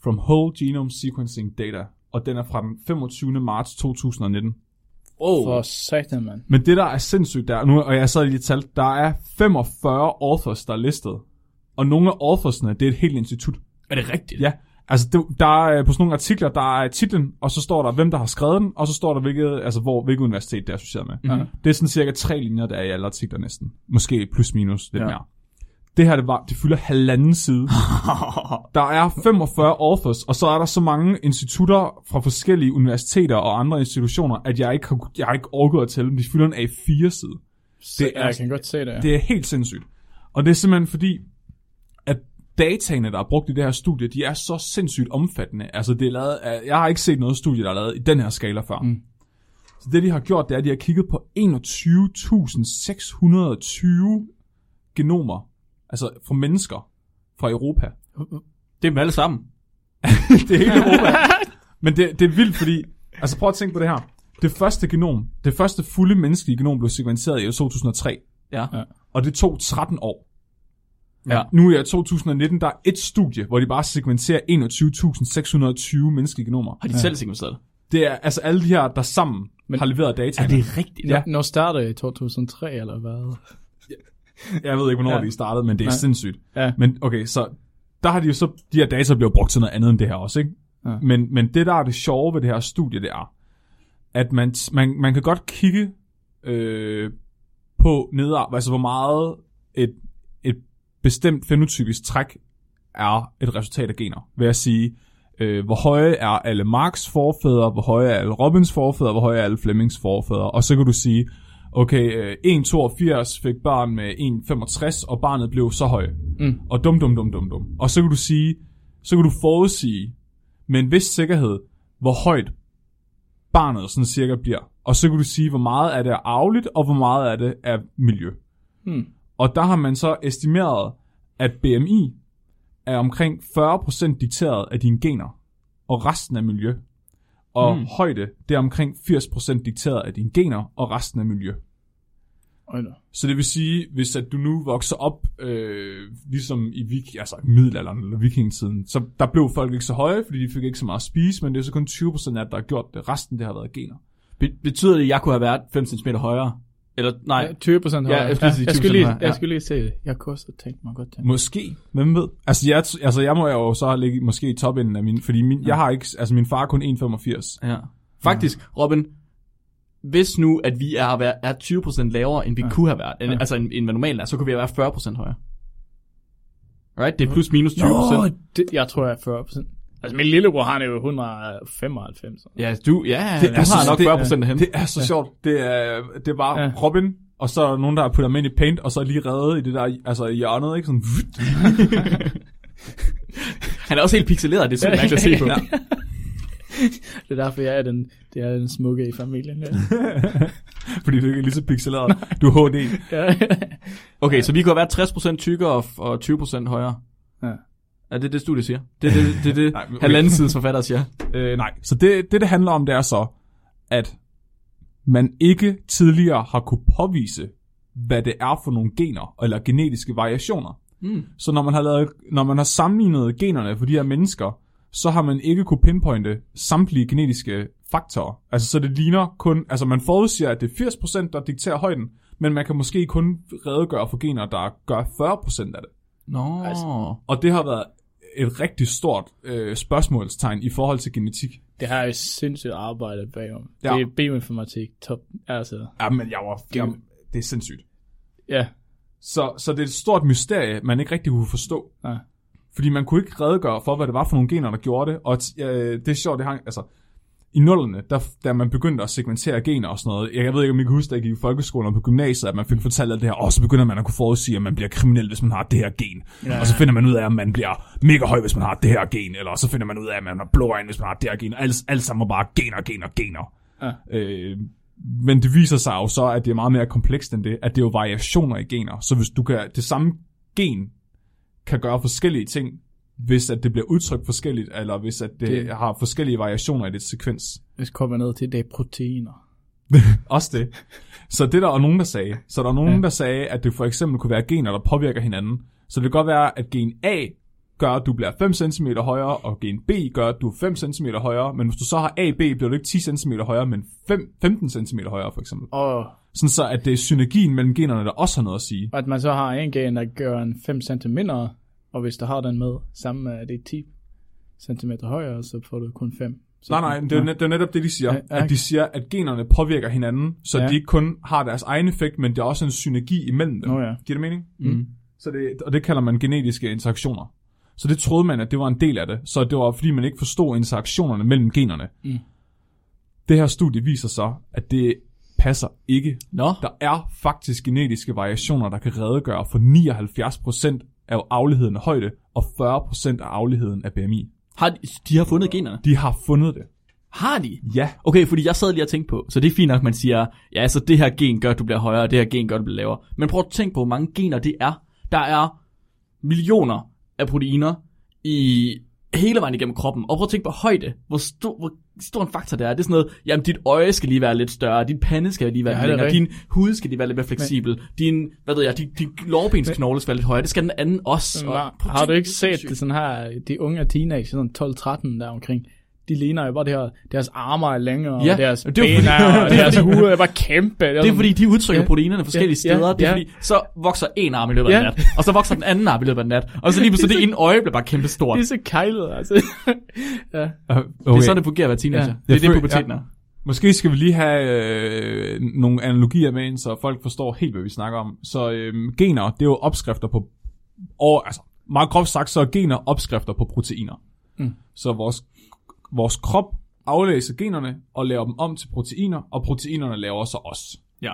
from whole genome sequencing data. Og den er fra den femogtyvende marts to tusind nitten. Oh. For satan, mand. Men det, der er sindssygt der, nu, og jeg sad lige talt, der er femogfyrre authors, der er listet. Og nogle af authorsne, det er et helt institut. Er det rigtigt? Ja. Altså, det, der er på sådan nogle artikler, der er titlen, og så står der, hvem der har skrevet den, og så står der, hvilket, altså, hvor, hvilket universitet det er associeret med. Mm-hmm. Det er sådan cirka tre linjer, der er i alle artikler næsten. Måske plus minus lidt ja. mere. Det her, det, var, det fylder halvanden side. Der er femogfyrre authors, og så er der så mange institutter fra forskellige universiteter og andre institutioner, at jeg ikke har, jeg har ikke orket at tælle dem. De fylder en A fire side. Det er, jeg kan godt se det. Ja. Det er helt sindssygt. Og det er simpelthen fordi, at dataene, der er brugt i det her studie, de er så sindssygt omfattende. Altså, det er lavet af, jeg har ikke set noget studie, der er lavet i den her skala før. Mm. Så det, de har gjort, det er, at de har kigget på enogtyve tusind seks hundrede og tyve genomer, altså fra mennesker fra Europa. Det er dem alle sammen. Det er hele Europa. Men det, det er vildt, fordi, altså prøv at tænke på det her. Det første genom, det første fulde menneskelige genom blev sekventeret i to tusind og tre. Ja. Og det tog tretten år. Ja. Nu er to tusind nitten, der er et studie, hvor de bare sekventerer enogtyve tusind seks hundrede og tyve menneskelige genomer. Har de ja. selv sekventeret det? Det er altså alle de her, der sammen Men, har leveret data. Er det rigtigt? Ja. Når startede det i to tusind og tre, eller hvad? Jeg ved ikke, hvornår ja. de startede, men det er Nej. sindssygt. Ja. Men okay, så der har de jo så, de her data bliver brugt til noget andet end det her også, ikke? Ja. Men, men det, der er det sjove ved det her studie, det er, at man, man, man kan godt kigge øh, på nedad, altså hvor meget et, et bestemt fenotypisk træk er et resultat af gener. Ved at sige, øh, hvor høje er alle Marks forfædre, hvor høje er alle Robins forfædre, hvor høje er alle Flemings forfædre. Og så kan du sige, okay, en komma toogfirs fik barn med en komma femogtres, og barnet blev så høj. Mm. Og dum, dum, dum, dum, dum. Og så kan du sige, så kan du forudsige med en vis sikkerhed, hvor højt barnet sådan cirka bliver. Og så kan du sige, hvor meget af det er arveligt, og hvor meget af det er miljø. Mm. Og der har man så estimeret, at B M I er omkring fyrre procent dikteret af dine gener, og resten af miljø. Og mm. højde, det er omkring firs procent dikteret af dine gener, og resten af miljø. Øjne. Så det vil sige, hvis at du nu vokser op, øh, ligesom i vik- altså middelalderen eller vikingetiden, så der blev folk ikke så høje, fordi de fik ikke så meget at spise, men det er så kun tyve procent af det, der har gjort det. Resten, det har været gener. Be- betyder det, at jeg kunne have været fem centimeter højere? Eller nej? Ja, tyve procent højere. Ja, jeg, ja, jeg, skulle lige, højere. jeg skulle lige se det. Jeg kunne også tænke mig godt til. Måske. Hvem ved? Altså jeg, altså, jeg må jo så ligge måske i topenden af min, fordi min, ja. jeg har ikke, altså min far er kun en komma femogfirs. Ja. Faktisk, ja. Robin, hvis nu, at vi er, er tyve procent lavere, end vi ja. kunne have været, ja. altså end, end hvad normalt er, så kunne vi have været fyrre procent højere. Right? Det er plus minus tyve procent. Nå, det, jeg tror, jeg er fyrre procent. Altså, min lillebror, han er jo et hundrede og femoghalvfems. Ja, du, ja, det du er har så, nok fyrre procent af hende. Det er så ja. sjovt. Det er, det er bare ja. Robin, og så er der nogen, der har puttet ham ind i paint, og så er lige reddet i det der, altså i hjørnet, ikke? Sådan, han er også helt pixeleret, det er sådan, man kan se på. Ja. Det er derfor, jeg er den, det er den smukke i familien. Ja. Fordi du ikke er lige så pixeleret. Du er H D. Okay, så vi kunne have været tres procent tykkere og tyve procent højere. Ja. Er det det, studie siger? Det er det, det, det, det okay. halvanden sides forfatter siger. Øh, nej, så det, det, det handler om, det er så, at man ikke tidligere har kunne påvise, hvad det er for nogle gener, eller genetiske variationer. Mm. Så når man har lavet, når man har sammenlignet generne for de her mennesker, så har man ikke kunne pinpointe samtlige genetiske faktorer. Altså så det ligner kun, altså man forudsiger, at det er firs procent, der dikterer højden, men man kan måske kun redegøre for gener, der gør fyrre procent af det. Nå. Altså, og det har været et rigtig stort øh, spørgsmålstegn i forhold til genetik. Det har jo sindssygt arbejde bagom. Ja. Det er bioinformatik, top, altså. Ja, men jeg var, jeg, det er sindssygt. Ja. Så, så det er et stort mysterie, man ikke rigtig kunne forstå. Ja. Fordi man kunne ikke redegøre for, hvad det var for nogle gener, der gjorde det. Og øh, det er sjovt, det hang, altså, i nullerne, der, da man begyndte at segmentere gener og sådan noget, jeg ved ikke, om I kan huske, da jeg gik i folkeskolen og på gymnasiet, at man fik fortalt alt det her, og så begynder man at kunne forudsige, at man bliver kriminel, hvis man har det her gen. Ja. Og så finder man ud af, at man bliver mega høj, hvis man har det her gen, eller så finder man ud af, at man har blå øjne, hvis man har det her gen. Alt, alt sammen er bare gener, gener, gener. Ja. Øh, men det viser sig jo så, at det er meget mere komplekst end det, at det er jo variationer i gener. Så hvis du kan, det samme gen kan gøre forskellige ting, hvis at det bliver udtrykt forskelligt, eller hvis at det, det har forskellige variationer i det sekvens. Hvis kommer ned til, det er proteiner. Også det. Så det der er nogen, der sagde. Så der er nogen, ja. der sagde, at det for eksempel kunne være gener, der påvirker hinanden. Så det kan godt være, at gen A gør, at du bliver fem centimeter højere, og gen B gør, at du er fem centimeter højere, men hvis du så har A B, bliver du ikke ti centimeter højere, men femten centimeter højere, for eksempel. Og Sådan så, at det er synergien mellem generne, der også har noget at sige. at man så har en gen, der gør en fem centimeter, og hvis du har den med, sammen med det er ti centimeter højere, så får du kun fem. Så Nej, nej, det er, net, det er netop det, de siger. Ja, ja. At de siger, at generne påvirker hinanden, så Ja. de ikke kun har deres egen effekt, men det er også en synergi imellem dem. Nå ja. Giver det mening? Mm. Så det, og det kalder man genetiske interaktioner. Så det troede man, at det var en del af det. Så det var, fordi man ikke forstod interaktionerne mellem generne. Mm. Det her studie viser så, at det passer ikke. Nå, Der er faktisk genetiske variationer, der kan redegøre for nioghalvfjerds procent af afligheden af højde, og fyrre procent af afligheden af B M I. har de, de har fundet generne? De har fundet det. Har de? Ja. Okay, fordi jeg sad lige og tænkte på, så det er fint nok, man siger, ja, altså det her gen gør, at du bliver højere, og det her gen gør, at du bliver lavere. Men prøv at tænke på, hvor mange gener det er. Der er millioner af proteiner i hele vejen igennem kroppen. Og prøv at tænke på højde. Hvor stor, hvor stor en faktor det er. Det er sådan noget, jamen dit øje skal lige være lidt større, dit pande skal lige være Ja, lidt det er længere, rigtigt. din hud skal lige være lidt mere fleksibel, din, hvad ved jeg, din, din lårbensknogle skal være lidt højere. Det skal den anden også. Og, Har, prøv at har du tænke, ikke det er set sindssygt. det sådan her, de unge teenager, sådan tolv tretten der omkring, de ligner jo bare det her, deres arme er længere, Ja, og deres det er jo ben fordi- er, og det er deres fordi- hoved er bare kæmpe. Det er fordi, de udtrykker Ja. proteinerne forskellige Ja, ja, steder. Det er ja. fordi, så vokser en arm i løbet af Ja. en nat, og så vokser den anden arm i løbet af en nat, og så lige pludselig det ene øje bliver bare kæmpe stort. De er så kejlede, altså. ja. Okay. Det er sådan, det fungerer at være teenager. Ja. Det er Jeg det, føl- puberteten ja. er. Måske skal vi lige have øh, nogle analogier med ind, så folk forstår helt, hvad vi snakker om. Så øh, gener, det er jo opskrifter på, og, altså meget groft sagt, så er gener opskrifter på proteiner. Mm. Så vores, vores krop aflæser generne og laver dem om til proteiner, og proteinerne laver så os. Ja.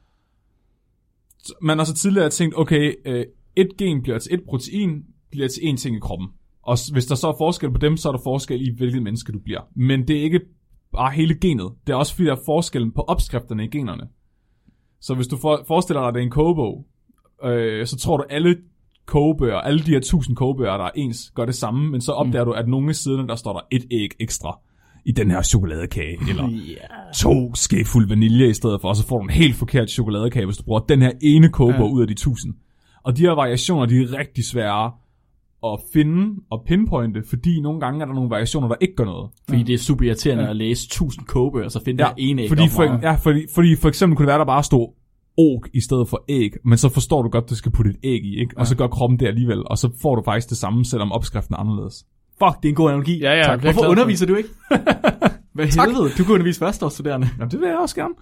Så man har så tidligere tænkt, okay, øh, et gen bliver til et protein, bliver til en ting i kroppen. Og s- hvis der så er forskel på dem, så er der forskel i, hvilket menneske du bliver. Men det er ikke bare hele genet. Det er også fordi, der er forskellen på opskrifterne i generne. Så hvis du for, forestiller dig, at det er en kogebog, øh, så tror du, alle kogebøger, alle de her tusind kogebøger, der er ens, gør det samme, men så opdager mm. du, at nogle af siderne, der står der et æg ekstra i den her chokoladekage, eller Yeah. to skefuld vanilje i stedet for, og så får du en helt forkert chokoladekage, hvis du bruger den her ene kogebog ja. ud af de tusind. Og de her variationer, de er rigtig svære at finde og pinpointe, fordi nogle gange er der nogle variationer, der ikke gør noget. Fordi det er super irriterende Ja. at læse tusind kogebøger, og så finde der ene æg. fordi om for, morgenen. ja, fordi, fordi for eksempel kunne det være, der bare stod og i stedet for æg, men så forstår du godt, at du skal putte et æg i, ikke? Og så gør kroppen det alligevel, og så får du faktisk det samme, selvom opskriften er anderledes. Fuck, det er en god analogi. Ja, ja, Tak. jeg bliver Hvorfor glad for underviser du ikke? Hvad helvede? Du kunne undervise førsteårsstuderende. Jamen, det vil jeg også gerne.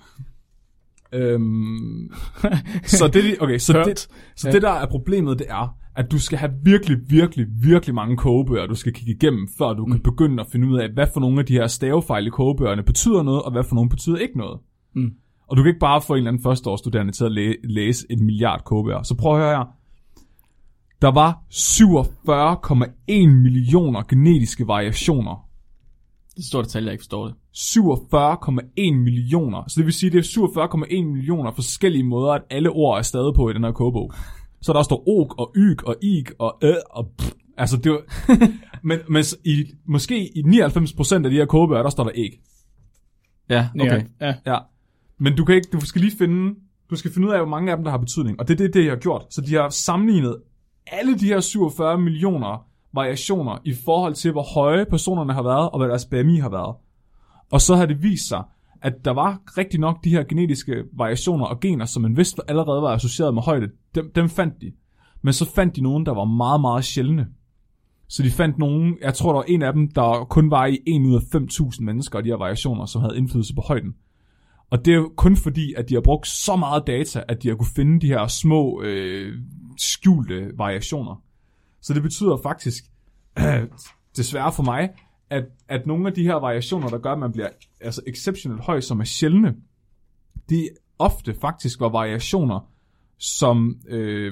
Øhm, så det, okay, så, Hørt. det, så det der er problemet, det er, at du skal have virkelig, virkelig, virkelig mange kogebøger, du skal kigge igennem, før du mm. kan begynde at finde ud af, hvad for nogle af de her stavefejl i kogebøgerne betyder noget, og hvad for nogle betyder ikke noget. Mm. Og du kan ikke bare få en eller anden førsteårsstuderende til at læ- læse en milliard kogebøger. Så prøv at høre her. Der var syvogfyrre komma en millioner genetiske variationer. Det er stort detalje, jeg ikke forstår det. syvogfyrre komma en millioner. Så det vil sige, at det er syvogfyrre komma en millioner forskellige måder, at alle ord er stadig på i den her kogebog. Så der står ok og yg og ig og æ og pff. Altså det var... men, men i, måske i nioghalvfems procent af de her kogebøger, der står der æg. Ja, okay. Ja, ja. Ja. Men du kan ikke, du skal lige finde, du skal finde ud af, hvor mange af dem, der har betydning. Og det er det, det jeg har gjort. Så de har sammenlignet alle de her syvogfyrre millioner variationer i forhold til, hvor høje personerne har været, og hvad deres B M I har været. Og så har det vist sig, at der var rigtig nok de her genetiske variationer og gener, som man vidste allerede var associeret med højde. Dem, dem fandt de. Men så fandt de nogen, der var meget, meget sjældne. Så de fandt nogen, jeg tror, der var en af dem, der kun var i en ud af fem tusind mennesker, de her variationer, som havde indflydelse på højden. Og det er jo kun fordi, at de har brugt så meget data, at de har kunne finde de her små, øh, skjulte variationer. Så det betyder faktisk, øh, desværre for mig, at, at nogle af de her variationer, der gør, at man bliver altså exceptionelt høj, som er sjældne, de ofte faktisk var variationer, som, øh,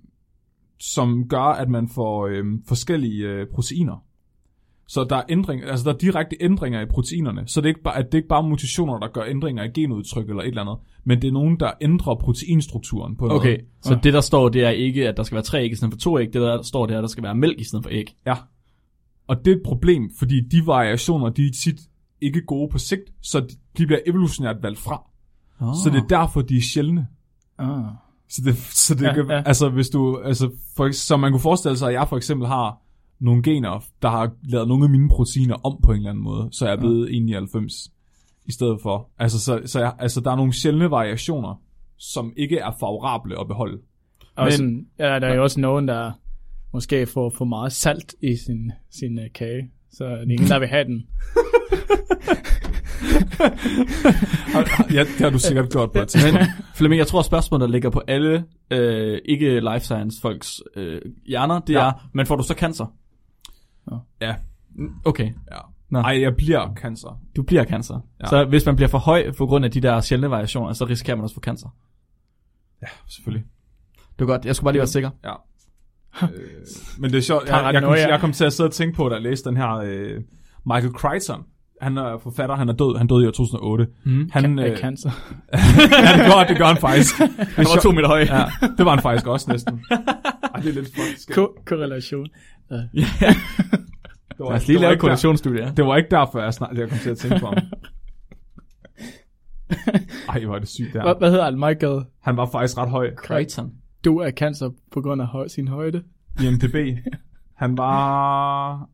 som gør, at man får øh, forskellige øh, proteiner. Så der er ændring, altså der er direkte ændringer i proteinerne, så det er ikke bare, at det er ikke bare mutationer, der gør ændringer i genudtryk eller et eller andet, men det er nogen, der ændrer proteinstrukturen på noget. Okay, så Ja. det der står, det er ikke, at der skal være tre æg i stedet for to æg. Det der står, det er, at der skal være mælk i stedet for æg. Ja. Og det er et problem, fordi de variationer, de er tit ikke gode på sigt, så de, de bliver evolutionært valgt fra. Oh. Så det er derfor, de er sjældne. Ah. Så det, så det Ja, kan, ja. altså hvis du, altså for, så man kunne forestille sig, at jeg for eksempel har nogle gener, der har lavet nogle af mine proteiner om på en eller anden måde, så jeg er blevet enoghalvfems i stedet for. Altså, så, så jeg, altså der er nogle sjældne variationer, som ikke er favorable at beholde. Og Men, sådan, ja, der er jo også nogen, der måske får for meget salt i sin, sin uh, kage, så det er ingen, der vil have den. ja, det har du sikkert gjort på et tidspunkt. Men Flemming, jeg tror spørgsmålet, der ligger på alle øh, ikke life science folks øh, hjerner, det ja. er, men får du så cancer? Ja. Okay. Ja. Nå. Ej, jeg bliver cancer. Du bliver cancer. Ja. Så hvis man bliver for høj på grund af de der sjældne variationer, så risikerer man også for cancer. Ja, selvfølgelig. Det er godt. Jeg skulle bare lige være sikker. Ja. øh, men det er sjovt. Jeg, jeg, kom, jeg kom til at sidde og tænke på, da jeg læste den her øh, Michael Crichton. Han er forfatter, han er død. Han døde i år to tusind og otte. Mm. Han øh, cancer. ja, det gør, det gør han faktisk. Han var to meter høj. Ja, det var han faktisk også næsten. Ej, det er lidt fucking Ko- korrelation. Ja. Det var, Lad os lige lave et korrelationsstudie. Ja. Det var ikke derfor, jeg, snart, jeg kom til at tænke på ham. Ej, hvor er det sygt der. Hvad, hvad hedder han, Michael? Han var faktisk ret høj. Crichton. Du er cancer på grund af høj, sin højde. I M D B. Han var...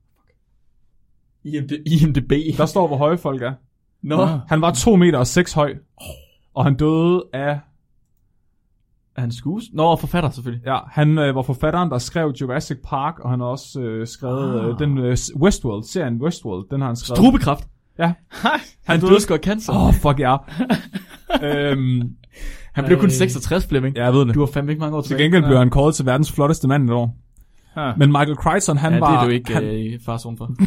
I M D B. Der står, hvor høje folk er. Nå. No. Han var to meter og seks høj. Og han døde af... Er han skues? Nå, forfatter selvfølgelig. Ja, han øh, var forfatteren, der skrev Jurassic Park, og han har også øh, skrevet ah. øh, den øh, Westworld, serien Westworld, den har han skrevet. Strubekræft. Ja. Han, han døde sgu af cancer. Åh, oh, fuck ja. øhm, han blev kun seksogtres, Flemming. Ja, jeg ved det. Du var fandme ikke mange år tilbage. Til gengæld blev han kåret til verdens flotteste mand i et år. Ah. Men Michael Crichton, han ja, var... Ja, det er du ikke han... øh, i farzone for.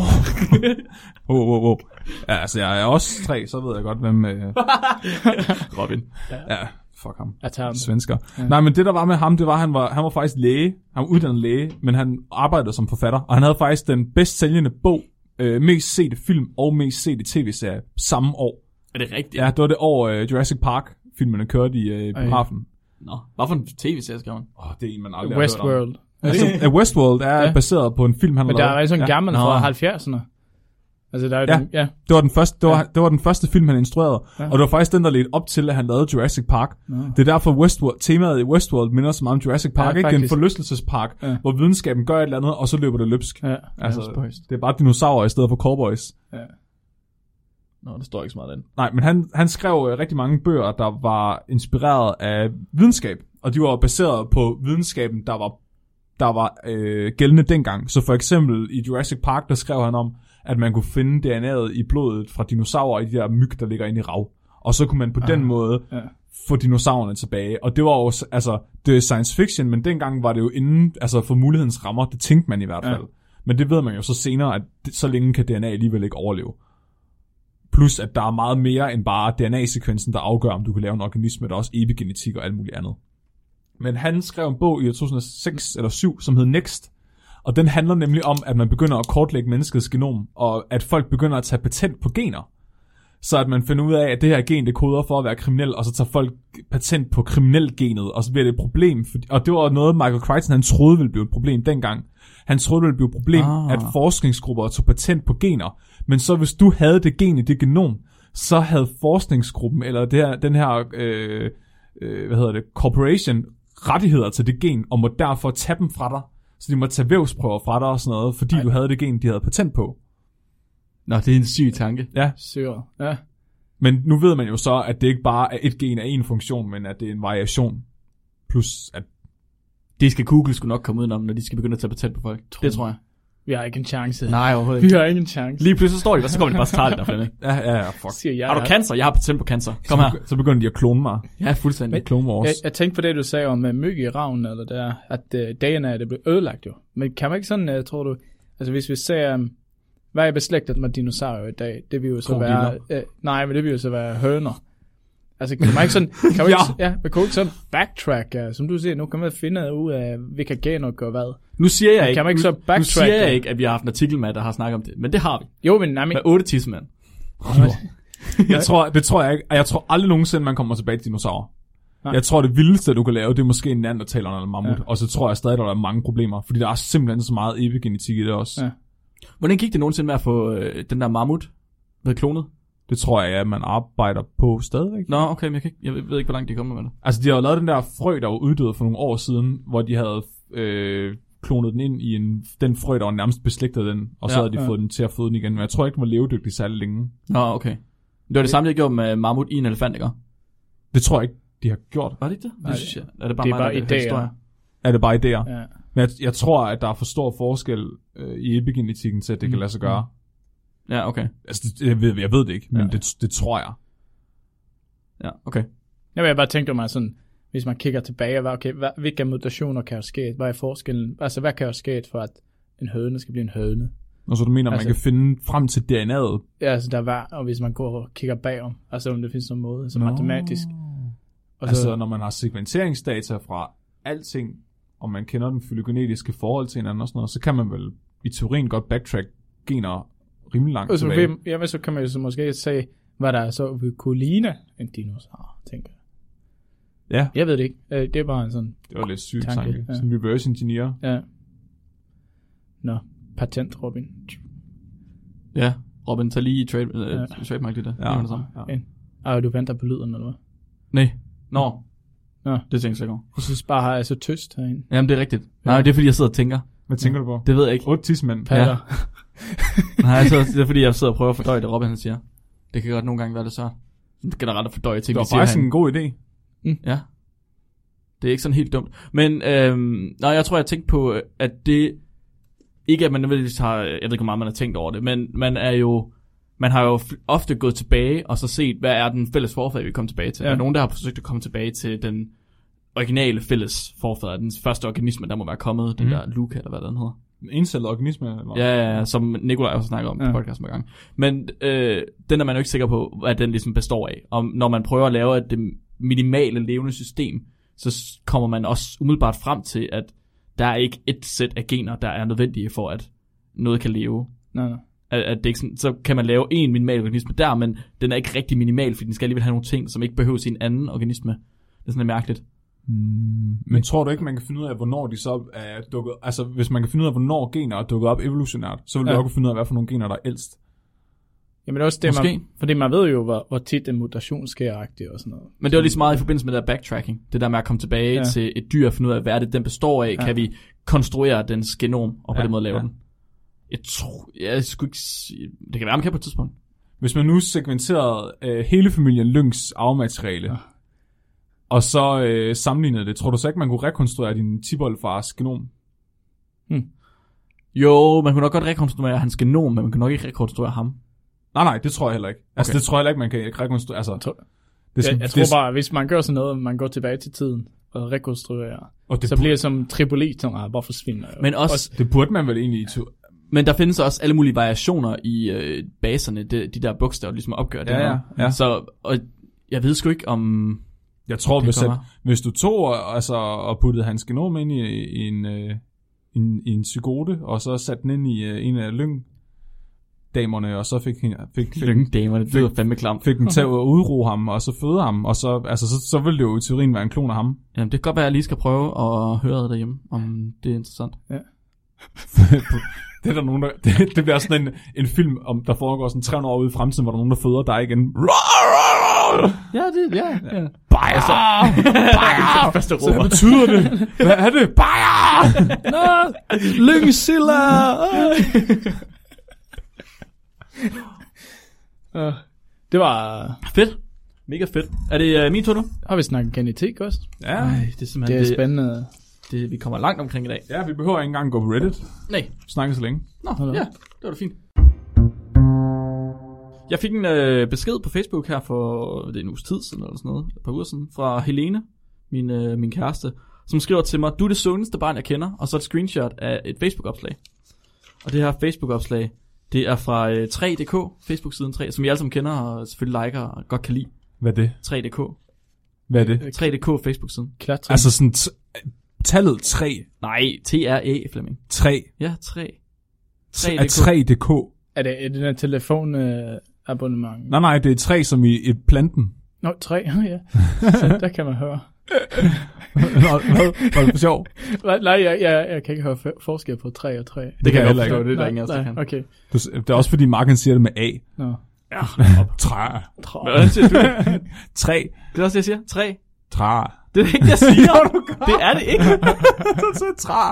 oh, oh, oh. Ja, altså, jeg er også tre, så ved jeg godt, hvem... Øh... Robin. Ja. ja. Fuck ham. ham. Svensker. Ja. Nej, men det der var med ham, det var, han var, han var faktisk læge. Han var uddannet læge, men han arbejdede som forfatter. Og han havde faktisk den bedst sælgende bog, øh, mest sete film og mest sete tv-serie samme år. Er det rigtigt? Ja, det var det år øh, Jurassic Park filmene kørte i øh, biografen. Nå, hvad for en tv-serie skrev han? Åh, oh, det er en, man aldrig Westworld. har hørt om. Altså, uh, Westworld er ja. baseret på en film, han men lavede. Men der er sådan en ja. gammel fra halvfjerdserne. Altså, der er ja. Den, ja, det var den første, det var, ja. det var den første film, han instruerede. Ja. Og det var faktisk den, der ledte op til, at han lavede Jurassic Park. Ja. Det er derfor, Westworld, temaet i Westworld minder så meget om Jurassic Park. Ja, ikke? Det er en forlystelsespark, ja. hvor videnskaben gør et eller andet, og så løber det løbsk. Ja. Altså, ja, det er bare dinosaurer i stedet for cowboys. Ja. Nå, det står ikke så meget den. Nej, men han, han skrev uh, rigtig mange bøger, der var inspireret af videnskab. Og de var baseret på videnskaben, der var, der var øh, gældende dengang. Så for eksempel i Jurassic Park, der skrev han om, at man kunne finde D N A'et i blodet fra dinosaurer i de der myg, der ligger inde i rav. Og så kunne man på ah, den måde ja. få dinosaurerne tilbage. Og det var også, altså, det er science fiction, men dengang var det jo inden, altså for mulighedens rammer, det tænkte man i hvert fald. Ja. Men det ved man jo så senere, at det, så længe kan D N A alligevel ikke overleve. Plus, at der er meget mere end bare D N A-sekvensen, der afgør, om du kan lave en organisme, der er også epigenetik og alt muligt andet. Men han skrev en bog i to tusind og seks eller syv, som hed Next. Og den handler nemlig om, at man begynder at kortlægge menneskets genom, og at folk begynder at tage patent på gener. Så at man finder ud af, at det her gen, det koder for at være kriminel, og så tager folk patent på kriminelgenet, og så bliver det et problem. Og det var noget, Michael Crichton, han troede ville blive et problem dengang. Han troede, det ville blive et problem, ah. at forskningsgrupper tog patent på gener. Men så hvis du havde det gen i det genom, så havde forskningsgruppen, eller det her, den her, øh, øh, hvad hedder det, corporation, rettigheder til det gen, og må derfor tage dem fra dig. Så de må tage vævsprøver fra dig og sådan noget, fordi Ej. du havde det gen, de havde patent på. Nå, det er en syg tanke. Ja. Syr. Ja. Men nu ved man jo så, at det ikke bare er et gen af en funktion, men at det er en variation. Plus at... Det skal Google skulle nok komme udenom, når de skal begynde at tage patent på folk. Tror det tror jeg. Vi har ikke en chance. Nej, overhovedet ikke. Vi har ikke en chance. Lige pludselig så står de, og så kommer de bare til det der, Flemming. Ja, ja, ja, fuck. Siger jeg, har du ja. cancer? Jeg har patent på cancer. Kom her. Så begynder de at klone mig. Ja, fuldstændig. Men, klone vores. Jeg, jeg tænkte på det, du sagde om uh, myg i ravnen, eller der, at uh, D N A det blev ødelagt jo. Men kan man ikke sådan, uh, tror du, altså hvis vi ser, um, hvad er beslægtet med dinosaurer i dag? Det vil jo så Krokodiller. være, uh, nej, men det vil jo så være høner. Altså kan man ikke sådan, kan man ikke, ja. ja, man kan ikke sådan backtrack, uh, som du siger, nu kan man finde ud af, hvilke gener gør hvad. Nu siger jeg ikke, kan man ikke så backtrack, nu siger jeg ikke, at vi har haft en artikel med, der har snakket om det, men det har vi. Jo, men nej, men... Med otte tissemænd. jeg tror, det tror jeg ikke, og jeg tror aldrig nogensinde, man kommer tilbage til dinosaurer. Nej. Jeg tror, det vildeste, du kan lave, det er måske en neandertaler eller en mammut, ja. Og så tror jeg stadig, der er mange problemer, fordi der er simpelthen så meget epigenetik i det også. Ja. Hvordan gik det nogensinde med at få øh, den der mammut ved klonet? Det tror jeg, at man arbejder på stadigvæk. Nå, okay, men jeg, kan ikke, jeg ved ikke, hvor langt de kommer med det. Altså, de har jo lavet den der frø, der var uddød for nogle år siden, hvor de havde øh, klonet den ind i en, den frø, der var nærmest beslægtet den, og så Ja, havde de ja. fået den til at føde den igen. Men jeg tror ikke, den var levedygtig særlig længe. Nå, okay. Det var det samme, jeg gjorde med mammut i en elefant, ikke? Det tror jeg ikke, de har gjort. Var det ikke det? Nej, Det synes jeg. Er det bare det er mig, bare der har idéer. historier? Er det bare idéer? Ja. Men jeg, jeg tror, at der er for stor forskel øh, i epigenetikken til, at det mm. kan lade sig gøre. Ja, okay. Altså, det, jeg, ved, jeg ved det ikke, men Ja. det, det tror jeg. Ja, okay. Jeg vil bare tænke mig sådan, hvis man kigger tilbage, hvad, okay, hvad, hvilke mutationer kan der ske? Hvad er forskellen? Altså, hvad kan der ske for, at en høne skal blive en høne? Og så du mener, at Altså- man kan finde frem til D N A'et? Ja, altså, der var, og hvis man går og kigger bagom, altså om det findes nogen måde, altså Nå. matematisk. Og Altså, så, når man har sekventeringsdata fra alting, og man kender den fylogenetiske forhold til hinanden og sådan noget, så kan man vel i teorien godt backtrack gener rimelig langt og så, tilbage. vil, jamen, så kan man jo så måske sige, hvad der så vil kunne ligne en dinosaur, tænker jeg. Ja, Jeg ved det ikke. Øh, Det er bare en sådan, det var lidt sygt Tanke, tanke. ja. Sådan en reverse engineer. ja. Nå, patent, Robin. Ja, Robin, tag lige trade, øh, Ja. trademark det der. Ja, Ja. Det samme. ja. Ej, du venter på lyden, eller hvad? Nej. Nå. Nå. Det tænker jeg ikke over. Jeg synes bare, har jeg så tyst herinde. Jamen, det er rigtigt. Nej, det er fordi, jeg sidder og tænker. Hvad tænker du på? Det ved jeg ikke. Otte tidsmænd. Patter. Nej, så, det er fordi, jeg sidder og prøver at fordøje det, Robin han siger. Det kan godt nogle gange være det så. Det kan da ret at fordøje ting, Det vi var siger faktisk herinde. en god idé. Ja. Det er ikke sådan helt dumt. Men øhm, nej, jeg tror, jeg tænkte på, at det ikke, at man nødvendigvis har, jeg ved ikke, hvor meget man har tænkt over det, men man er jo, man har jo f- ofte gået tilbage og så set, hvad er den fælles forfader, vi kommer tilbage til. Ja. Ja. Der er nogen, der har forsøgt at komme tilbage til den originale fælles forfader, den første organisme, der må være kommet, den Mhm. der Luca, eller hvad den hedder. En encellet organisme. Eller? Ja, ja, ja, som Nikolaj også snakker om ja. Ja. på podcasten med gang. Men øh, den er man jo ikke sikker på, hvad den ligesom består af. Og når man prøver at lave det minimale levende system, så s- kommer man også umiddelbart frem til, at der er ikke et sæt af gener, der er nødvendige for, at noget kan leve. Nej, nej. At, at det ikke sådan, så kan man lave en minimal organisme der, men den er ikke rigtig minimal, fordi den skal alligevel have nogle ting, som ikke behøves i en anden organisme. Det er sådan lidt mærkeligt. Mm, men tror du ikke, man kan finde ud af, hvornår de så er dukket... Altså, hvis man kan finde ud af, hvornår gener er dukket op evolutionært, så vil du Ja. også kunne finde ud af, hvad for nogle gener, der er ældst. Jamen det er også det, Måske. man, fordi man ved jo, hvor, hvor tit en mutation sker, agtigt og sådan noget. Men det var lige så meget i forbindelse med det der backtracking. Det der med at komme tilbage ja. Ja. til et dyr og finde ud af, hvad er det, den består af. Ja. Ja. Kan vi konstruere dens genom, og på Ja, den måde lave ja. den. Jeg tror, jeg skulle ikke sige, det kan være, man kan på et tidspunkt. Hvis man nu segmenterede øh, hele familien Lyngs arvemateriale, ja. og så øh, sammenlignede det, tror du så ikke, man kunne rekonstruere din tipoldfars genom? Jo, man kunne nok godt rekonstruere hans genom, men man kunne nok ikke rekonstruere ham. Nej, nej, det tror jeg heller ikke. Altså, Okay. det tror jeg heller ikke, man kan rekonstruere. Altså, tror- det Jeg, jeg tror det, bare, hvis man gør sådan noget, man går tilbage til tiden og rekonstruerer, og det, så bliver det som tripolit, som ah, bare forsvinder. Men også, det burde man vel egentlig... To, men der findes også alle mulige variationer i øh, baserne, de, de der bogstaver, ligesom at opgøre det Ja, her. ja, ja. Så, og jeg ved sgu ikke om... jeg tror, Det hvis, kan at, være. hvis du tog og, altså, og puttede hans genom ind i, i, en, øh, en, i en psykote, og så satte den ind i øh, en af lyngdamerne, og så fik, fik, fik, fik, Lyngdamer, det lyder fandme klamt. fik den til at udro ham, og så føde ham, og så, altså, så, så ville det jo i teorien være en klon af ham. Jamen, det kan godt være, at jeg lige skal prøve at høre det derhjemme, om det er interessant. Det er der nogen, der, det, det bliver sådan en, en film, om der foregår sådan tre hundrede år ude i fremtiden, hvor der er nogen, der føder dig igen. Ja, det ja. ja. Bajer! Bajer! Første Så hvad betyder det? Hvad er det? Bajer! Nå, Lyngsilla! uh, det var... Fedt. Mega fedt. Er det uh, min tur nu? Har vi snakket genetik også? Ja, det er Det simpelthen er spændende. det, vi kommer langt omkring i dag. ja, vi behøver ikke engang gå på Reddit. Nej. Snakke så længe. Nå, Hold da. ja, det var da fint. Jeg fik en øh, besked på Facebook her for det er en uges tid siden, eller sådan noget, et par uger siden, fra Helene, min, øh, min kæreste, som skriver til mig, du er det sundeste barn, jeg kender, og så et screenshot af et Facebook-opslag. Og det her Facebook-opslag, det er fra øh, tre punktum d k, Facebook-siden tre, som I alle sammen kender, og selvfølgelig liker og godt kan lide. Hvad er det? tre punktum d k. Hvad er det? tre punktum d k Facebook-siden. Klatring. Altså sådan t- tallet tre. Nej, T R E, Flemming. tre. Ja, tre. Er tre punktum d k. Er det, er det der telefonabonnement? Nej, nej, det er tre som i et planten. Nå, tre, ja. Så der kan man høre. Nå, hvad? Var det for sjov? Nej, nej, jeg, jeg, jeg kan ikke høre for- forskel på tre og tre. Det kan jeg heller forstå, ikke. det er der Nej, ingen af os, der nej, kan. okay. Du, det er også fordi Marken siger det med A. Nå. Træ. Hvordan siger du? Tre. Det er også det, jeg siger. Tre. Træ. Det er ikke, jeg siger. Det er det ikke. Så træ.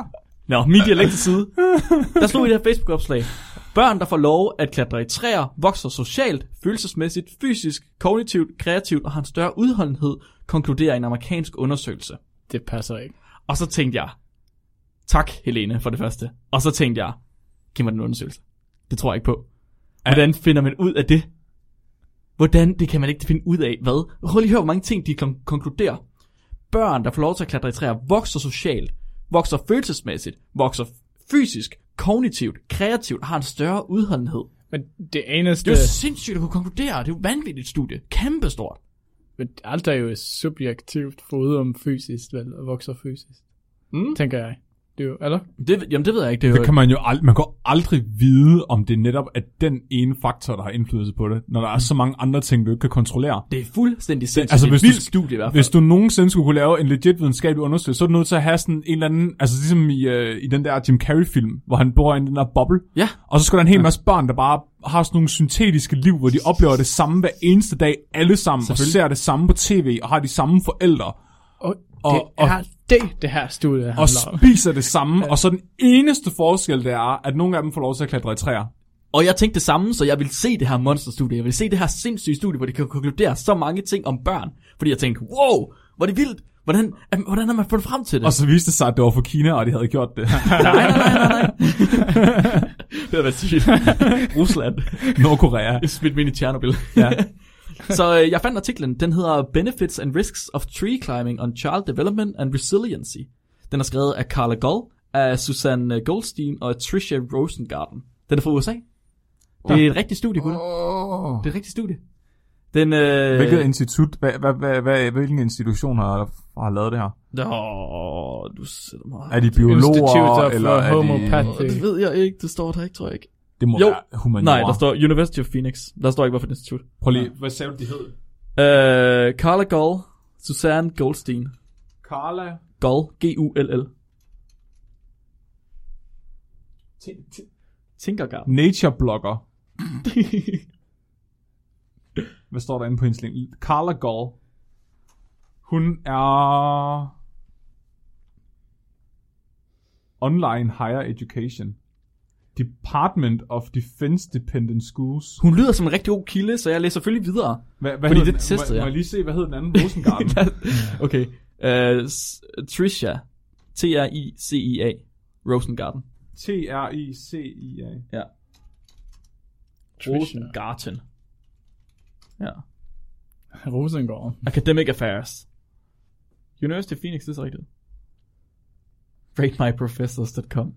Nå, min dialekt til side. Der stod i det her Facebook-opslag. Børn, der får lov at klatre i træer, vokser socialt, følelsesmæssigt, fysisk, kognitivt, kreativt og har en større udholdenhed, konkluderer en amerikansk undersøgelse. Det passer ikke. Og så tænkte jeg, tak Helene for det første. Og så tænkte jeg, giv mig den undersøgelse. Det tror jeg ikke på. Hvordan finder man ud af det? Hvordan? Det kan man ikke finde ud af. Hvad? Prøv lige at høre, hvor mange ting de kon- konkluderer. Børn, der får lov til at klatre i træer, vokser socialt, vokser følelsesmæssigt, vokser fysisk, kognitivt, kreativt og har en større udholdenhed. Men det eneste... Det er jo sindssygt at kunne konkludere. Det er jo vanvittigt studie. Kæmpestort. Men alt er jo subjektivt foruden fysisk, vel? Og vokser fysisk. Mm. Tænker jeg. Det er jo, eller? Det, jamen det ved jeg ikke. Det, er Det jo, kan man jo ald- man kan aldrig vide, om det netop er den ene faktor, der har indflydelse på det, når der er så mange andre ting, du ikke kan kontrollere. det er fuldstændig sindssygt. Altså, Det er hvis et du- vildt studie i hvert fald. Hvis du nogensinde skulle kunne lave en legit videnskabelig undersøgelse, så er du nødt til at have sådan en eller anden, altså ligesom i, øh, i den der Jim Carrey-film, hvor han bor i den der boble, Ja. og så skal der en hel masse børn, der bare har sådan nogle syntetiske liv, hvor de oplever det samme hver eneste dag, alle sammen, og Selvfølgelig. ser det samme på tv, og har de samme forældre, Og, Og- det er det, det her studie og handler om. spiser det samme, og så den eneste forskel, det er, at nogle af dem får lov til at klatre i træer. Og jeg tænkte det samme, så jeg vil se det her monsterstudie. Jeg vil se det her sindssyge studie, hvor de kan konkludere så mange ting om børn. Fordi jeg tænkte, wow, hvor er det vildt. Hvordan, hvordan har man fundet frem til det? Og så viste det sig, at det var for Kina, og de havde gjort det. nej, nej, nej, nej, nej. Det har været sygt. Rusland. Nordkorea. Jeg smidt mig ind i Tjernobyl. Ja. Så øh, jeg fandt artiklen. Den hedder Benefits and Risks of Tree Climbing on Child Development and Resiliency. Den er skrevet af Carla Gull, af Susanne Goldstein og af Tricia Rosengarten. Den er fra U S A. Det er et rigtigt studie, gutter. Oh. Det er et rigtigt studie. Den, øh... Hvilket institut, hvad, hvad, hvad, hvad, hvilken institution har, har lavet det her? Nå, du sætter mig. Er de biologer, Institute of eller er de... Homeopathy. Det ved jeg ikke. Det står der ikke, tror jeg ikke. Det må Jo. være humaniora. Nej, der står University of Phoenix. Der står ikke, hvorfor det institut. Prøv lige, hvad sagde du, de hed? Øh, Carla Gull, Susanne Goldstein. Carla... Gull, G U L L. Tinkergarten. Nature blogger. Hvad står der inde på hendes link? Carla Gull. Hun er... Online Higher Education. Department of Defense Dependent Schools. Hun lyder som en rigtig god kilde, så jeg læser selvfølgelig videre. Hvad, hvad Fordi hed det den? testede må, jeg. må jeg lige se, hvad hed den anden? Rosengarten. Okay. Uh, Tricia. T R I C I A. Rosengarten. T R I C I A. Ja. Tricia. Rosengarten. Ja. Rosengård. Academic Affairs. University of Phoenix, det er så rigtigt. rate my professors dot com.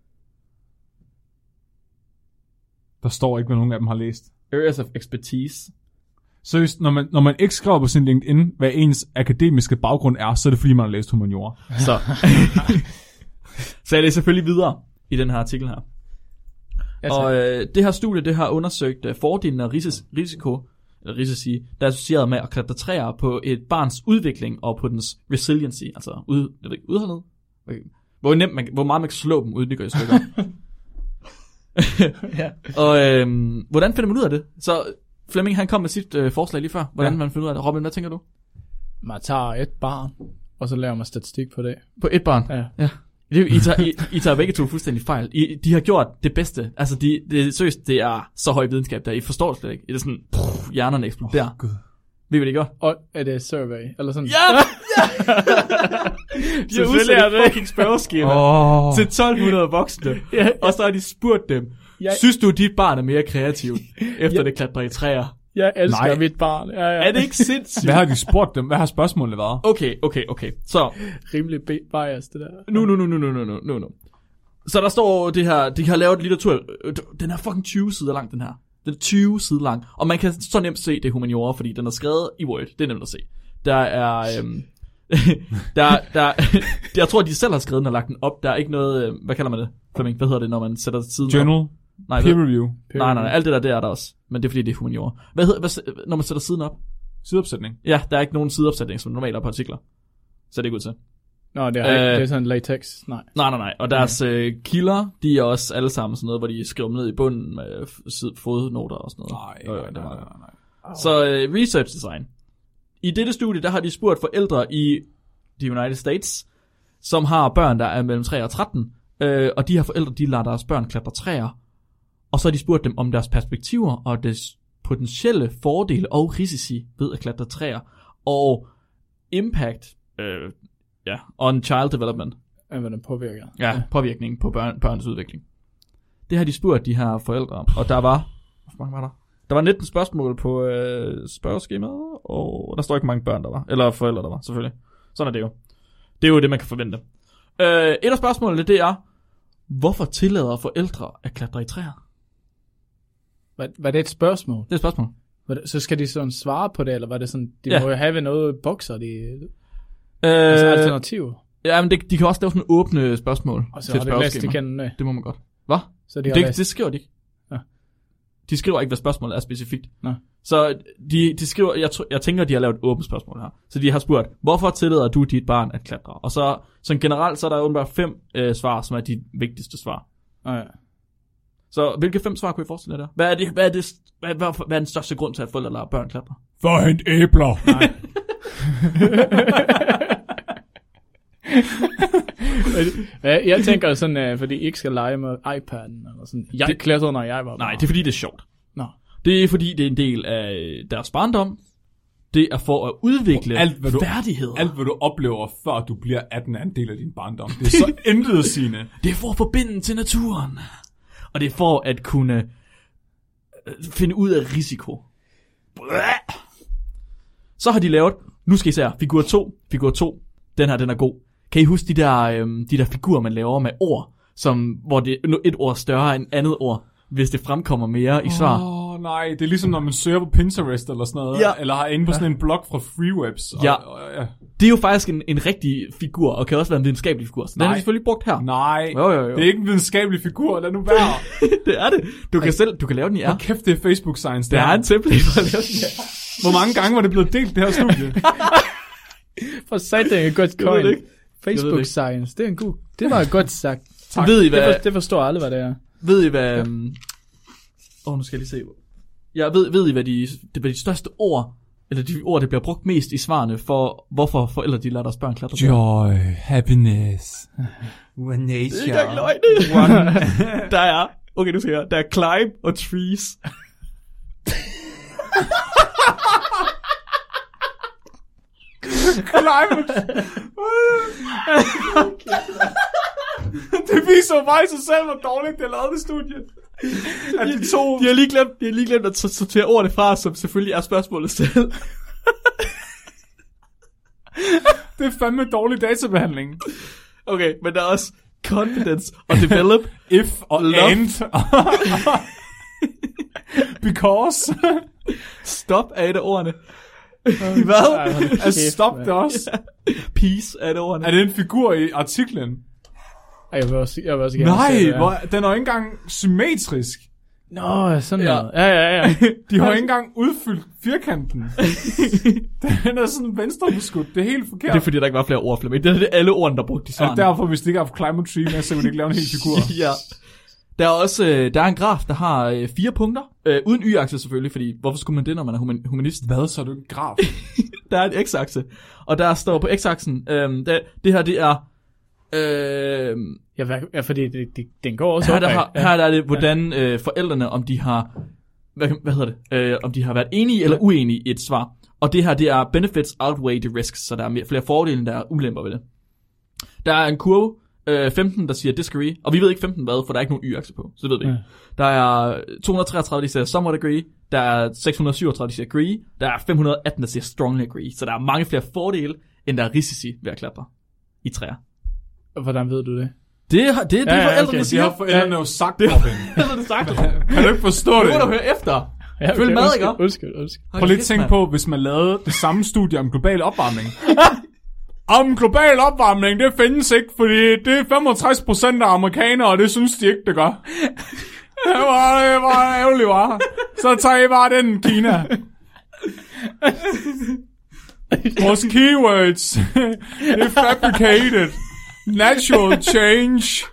Der står ikke, hvad nogen af dem har læst. Areas of expertise. Seriøst, når man, når man ikke skriver på sin LinkedIn, hvad ens akademiske baggrund er, så er det fordi, man har læst humaniora. Så. Så jeg læser selvfølgelig videre i den her artikel her. Altså, Og øh, det her studie, det har undersøgt øh, fordelen og ris- risiko, eller risici, der er associeret med at klatre træer på et barns udvikling og på dens resiliency, altså ud, jeg ved ikke, udholdenhed. Okay. Hvor, nemt man, hvor meget man kan slå dem, uden det går i stykker. ja. Og øhm, hvordan finder man ud af det? Så Flemming, han kom med sit øh, forslag lige før. Hvordan Ja. man finder ud af det? Robin, hvad tænker du? Man tager et barn, og så laver man statistik på det. På et barn? Ja. Ja. Det, I, tager, I, I tager begge to fuldstændig fejl. I, de har gjort det bedste. Altså, de, det, seriøst, det er så høj videnskab der. I forstår det slet ikke. Det er sådan, pff, hjernerne eksploderer. Oh, Gud. Ved I, hvad de gør? Og er det survey? Eller sådan? Ja! De har udsendt et fucking spørgeskema Oh. til tolv hundrede voksne. Ja. Og så har de spurgt dem, Jeg, synes du, dit barn er mere kreativt, efter Ja. det klatrer i træer? jeg elsker Nej. mit barn. Ja, ja. Er det ikke sindssygt? Hvad har de spurgt dem? Hvad har spørgsmålet været? Okay, okay, okay. Så, Rimelig bias, det der. nu, nu, nu, nu, nu, nu, nu, nu, nu. Så der står det her, de har lavet litteratur, den er fucking tyve sider lang, den her. Den er tyve sider lang, og man kan så nemt se det humaniora, fordi den er skrevet i Word, det er nemt at se. Der er, øhm, der, der, jeg tror, de selv har skrevet den og lagt den op, der er ikke noget, øh, hvad kalder man det, Flemming, hvad hedder det, når man sætter siden op? Journal? Nej, Peer hvad, review? nej, nej, nej, alt det der, det er der også, men det er fordi, det er humaniora. Hvad hedder, hvad, når man sætter siden op? Sideopsætning? Ja, der er ikke nogen sideopsætning, som normalt er på artikler. Så det er ikke ud til. Nå, det er, ikke, Øh. det er sådan latex. Nej. Nej, nej, nej. Og deres øh, kilder, de er også alle sammen sådan noget, hvor de skriver dem ned i bunden med f- sid- fodnoter og sådan noget. Nej, Jo, jo, nej, det nej, var nej, det. nej. Så øh, research design. I dette studie, der har de spurgt forældre i de United States, som har børn, der er mellem tre og tretten, øh, og de her forældre, de lader deres børn klatre træer, og så har de spurgt dem om deres perspektiver og deres potentielle fordele og risici ved at klatre træer, og impact øh, ja, on child development. Ja, hvad den påvirker. Ja, påvirkning på børn, børns udvikling. Det har de spurgt de her forældre om, og der var, hvor mange var der? Der var nitten spørgsmål på øh, spørgeskemaet, og der står ikke mange børn, der var, eller forældre, der var, selvfølgelig. Sådan er det jo. Det er jo det, man kan forvente. Øh, et af spørgsmålene, det er, hvorfor tillader forældre at klatre i træer? Var, var det et spørgsmål? Det er et spørgsmål. Var det, så skal de sådan svare på det, eller var det sådan, de Ja. må jo have noget bokser, de Øh, altså alternativer. ja, men det, de kan også lave sådan åbne spørgsmål Og så til har et de læst spørgeskema. igen. Øh, Det må man godt. Hvad? så de har Det, læst. det skriver de ikke. Ja. De skriver ikke, hvad spørgsmålet er specifikt. Nå. Så de, de skriver, jeg, tr- jeg tænker, de har lavet et åbent spørgsmål her. Så de har spurgt, hvorfor tillader du dit barn at klatre? Og så sådan generelt, så er der jo bare fem øh, svar, som er de vigtigste svar. Ah, ja. Så hvilke fem svar kunne I forestille jer der? Hvad er, det, hvad, er det, hvad, hvad, hvad er den største grund til, at forældre lader børn klatre? For at hente æbler. Nej. Ja, jeg tænker sådan, uh, fordi I ikke skal lege med iPad'en, eller sådan. Jeg Det- klatrede, når jeg var Nej, barn. det er fordi, det er sjovt. Nå. Det er fordi, det er en del af deres barndom. Det er for at udvikle Alt, hvad du- færdigheder. Alt, hvad du oplever, før du bliver atten, er en del af din barndom. Det er så intetsigende. Det er for at forbinde til naturen. Og det er for at kunne øh, finde ud af risiko. Blæh. Så har de lavet, nu skal I se her, figur to, figur to, den her, den er god. Kan I huske de der, øhm, de der figurer, man laver med ord, som, hvor det er et ord større end andet ord, hvis det fremkommer mere i svar? Åh oh, nej, det er ligesom når man søger på Pinterest eller sådan noget, Ja. eller har inde på sådan en blog fra Freewebs. Og, Ja. og, ja. Det er jo faktisk en, en rigtig figur, og kan også være en videnskabelig figur. Så den Nej. har de selvfølgelig brugt her. Nej, Jo, jo, jo. det er ikke en videnskabelig figur, lad nu være. Det er det. Du kan selv, du kan lave den i R. Hvor kæft, det er Facebook Science. Der er en template for at lave den i R. Hvor mange gange var det blevet delt, det her studie? For sat, det er et godt Jeg ved det coin. ikke. Jeg ved det Facebook ikke. Science, det er en god, det var godt sagt. Tak. Ved I Det, hvad, for, det forstår alle, hvad det er. ved I hvad, åh, oh, nu skal jeg lige se. Jeg ved, ved I hvad de, det, hvad de største ord, eller de ord, der bliver brugt mest i svarene for, hvorfor forældre de lader deres børn klatre? Joy, happiness, nature. Det er ikke engang løgn. Der er, okay, nu skal jeg, der er climb og trees. Climate. Det viser jo bare i sig selv, hvor dårligt det er lavet det studie. At de to... De har lige glemt, de har lige glemt at s- sortere ordene fra, som selvfølgelig er spørgsmålet selv. Det er fandme dårlig databehandling. Okay, men der er også confidence og develop. If og Love. and. Because. Stop er et af ordene. Hvad? Ej, hold Altså, kæft, stop mand. det også. Peace er et af ordene. Er det en figur i artiklen? Ej, jeg vil også, jeg vil også gerne se Nej, det, ja. hvor, den er jo ikke engang symmetrisk. Nå, sådan Ja. noget. Ja, ja, ja. De har jo ikke engang udfyldt firkanten. Den er sådan venstrebeskudt. Det er helt forkert. Det er fordi, der ikke var flere ord, Flemming. Det er det alle ordene, der er brugt i Er svarene. det derfor, hvis de ikke har haft Climate Tree med, så kan de ikke lave en hel figur? Ja. Der er også øh, der er en graf, der har øh, fire punkter. Øh, uden y-akse selvfølgelig, fordi hvorfor skulle man det, når man er human- humanist? Hvad, så er du en graf? Der er en x-akse. Og der står på x-aksen, øh, det, det her det er... Øh, Ja, hvad, ja fordi det, det, den går også her, opad. der har, her der er det, hvordan øh, forældrene, om de har... Hvad, hvad hedder det? Øh, om de har været enige eller uenige i et svar. Og det her, det er benefits outweigh the risks, så der er mere, flere fordele, end der er ulemper ved det. Der er en kurve, øh, femten, der siger disagree, og vi ved ikke femten hvad, for der er ikke nogen y-akse på, så det ved vi ikke. Der er to hundrede og treogtredive, der siger somewhat agree, der er seks hundrede og syvogtredive, der siger agree, der er fem hundrede og atten, der siger strongly agree, så der er mange flere fordele, end der er risici ved at klatre i træer. Hvordan ved du det? Det er det, det Ja, er ja, forældrene okay. De siger. har forældrene jo sagt, Robin. Forældrene sagt. Kan du ikke forstå Du det? må da høre efter. Ja, Følg med, undskyld, ikke? Undskyld, undskyld. Prøv lige at tænke på, hvis man lavede det samme studie om global opvarmning. Om global opvarmning, det findes ikke, fordi det er femogtres procent af amerikanere, og det synes de ikke, det gør. Det var, det var ærgerligt, var. Så tager I bare den, Kina. Vores keywords, det er fabricated, natural change,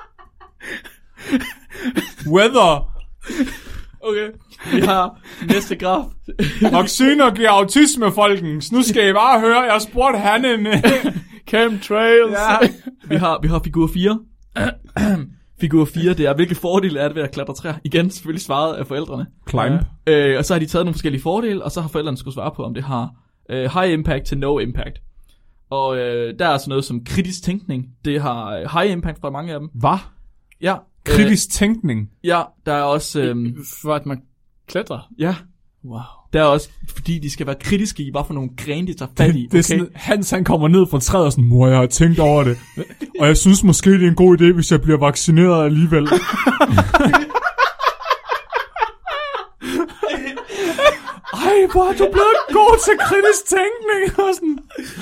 weather, Okay, vi har næste graf. vacciner giver autisme, folkens. Nu skal I bare høre, jeg spurgte han en... Chemtrails. Ja. Vi har, vi har figur fire. Figur fire, det er, hvilke fordele er det ved at klatre træer? Igen, selvfølgelig svaret af forældrene. Climb. Ja. Øh, og så har de taget nogle forskellige fordele, og så har forældrene skulle svare på, om det har øh, high impact til no impact. Og øh, der er sådan noget som kritisk tænkning. Det har high impact for mange af dem. Hvad? Ja. Kritisk øh, tænkning? Ja, der er også... Øh, For at man klatrer? Ja. Wow. Der er også, fordi de skal være kritiske i, hvad for nogle grene de tager fat i. Det, det er okay. Sådan, Hans han kommer ned fra træet og sådan, mor, jeg har tænkt over det. Og jeg synes måske, det er en god idé, hvis jeg bliver vaccineret alligevel. Ej, hvor er du blevet god til kritisk tænkning og sådan.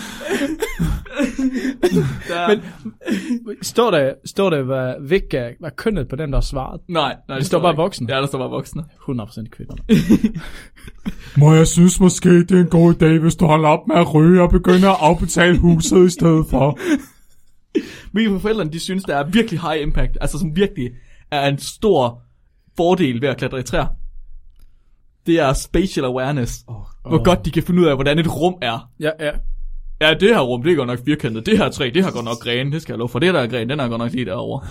Men står der, står der hvad, hvad, hvad kønnet på den, der har svaret? Nej, nej. Det står bare voksne. Ja, der står bare voksne. hundrede procent kvinder. Må jeg synes måske, det er en god idé, hvis du holder op med at ryge og begynder at afbetale huset i stedet for. Mine forældrene, de synes, der er virkelig high impact. Altså som virkelig er en stor fordel ved at klatre i træer. Det er spatial awareness. Oh, hvor oh. godt de kan finde ud af, hvordan et rum er. Ja, ja. Ja, det her rum, det er godt nok firkantet. Det her træ, det har godt nok grene. Det skal jeg love for. Det der er grene, den er godt nok lige derovre.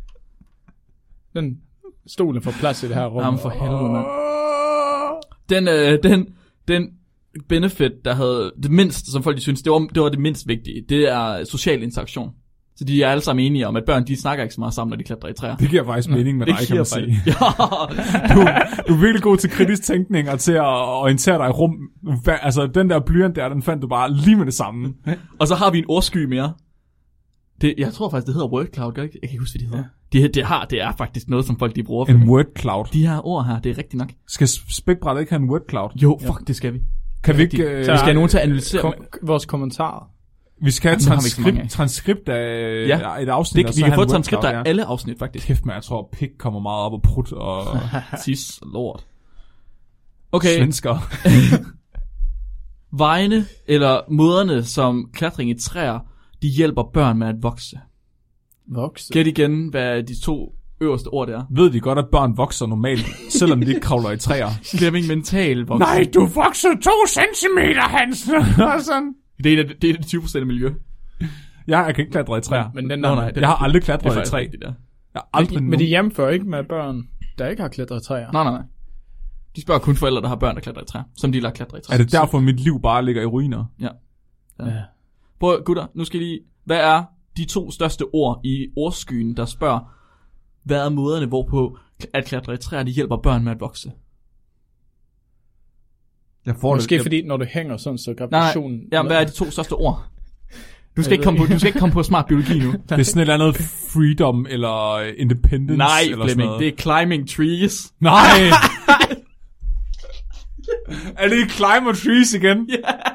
Den stolen får plads i det her rum. Jamen for helvede, mand. Den, øh, den, den benefit, der havde det mindste, som folk de synes, det var, det var det mindst vigtige. Det er social interaktion. Så de er alle sammen enige om, at børn, de snakker ikke så meget sammen, når de klatrer i træer. Det giver faktisk mening med det dig, kan man sige. Ja. du, du er virkelig god til kritisk tænkning og til at orientere dig i rum. Altså, den der blyant der, den fandt du bare lige med det samme. Og så har vi en ordsky mere. Det, jeg tror faktisk, det hedder word cloud, gør ikke? Jeg kan ikke huske, hvad det hedder. Ja. Det, det, har, det er faktisk noget, som folk de bruger. En word cloud. De her ord her, det er rigtigt nok. Skal spækbrættet ikke have en word cloud? Jo, fuck, ja. Det skal vi. Kan vi ikke... Øh, vi skal have nogen til at analysere kom, vores kommentarer. Vi skal have transkript, af. transkript af ja. et afsnit. Det, vi kan få et transkript af ja. alle afsnit, faktisk. Kæft, men jeg tror, pik kommer meget op og prut og... Tis lort. Okay. Svensker. Vejene, eller måderne, som klatring i træer, de hjælper børn med at vokse. Vokse? Gæt igen, hvad de to øverste ord der. Ved de godt, at børn vokser normalt, selvom de ikke kravler i træer? Flemming mental vokser. Nej, du vokser to centimeter, Hans. sådan. Det er det, det, er det tyve procent af miljø. Ja, jeg kan ikke klatre i træer. Men den der, Nå, nej, jeg har aldrig klatret i træ. Rigtigt, ja. Jeg har aldrig men, men de hjemfører ikke med børn, der ikke har klatret i træer. Nej, nej, nej. De spørger kun forældre, der har børn, der klatrer i træer, som de lader klatre i træer. Er det derfor, mit liv bare ligger i ruiner? Ja. ja. ja. Prøv, gutter, nu skal I lige... Hvad er de to største ord i ordskyen, der spørger, hvad er måderne, hvorpå at klatre i træer, de hjælper børn med at vokse? Jeg får Måske det, jeg... fordi, når det hænger sådan, så gravitationen... Nej, ja, hvad er de to største ord? Du skal, ikke komme, på, du skal ikke komme på smart biologi nu. Det er sådan et eller andet freedom, eller independence, Nej, eller Flemming, sådan noget. Det er climbing trees. Nej! Er det climber trees igen? Ja.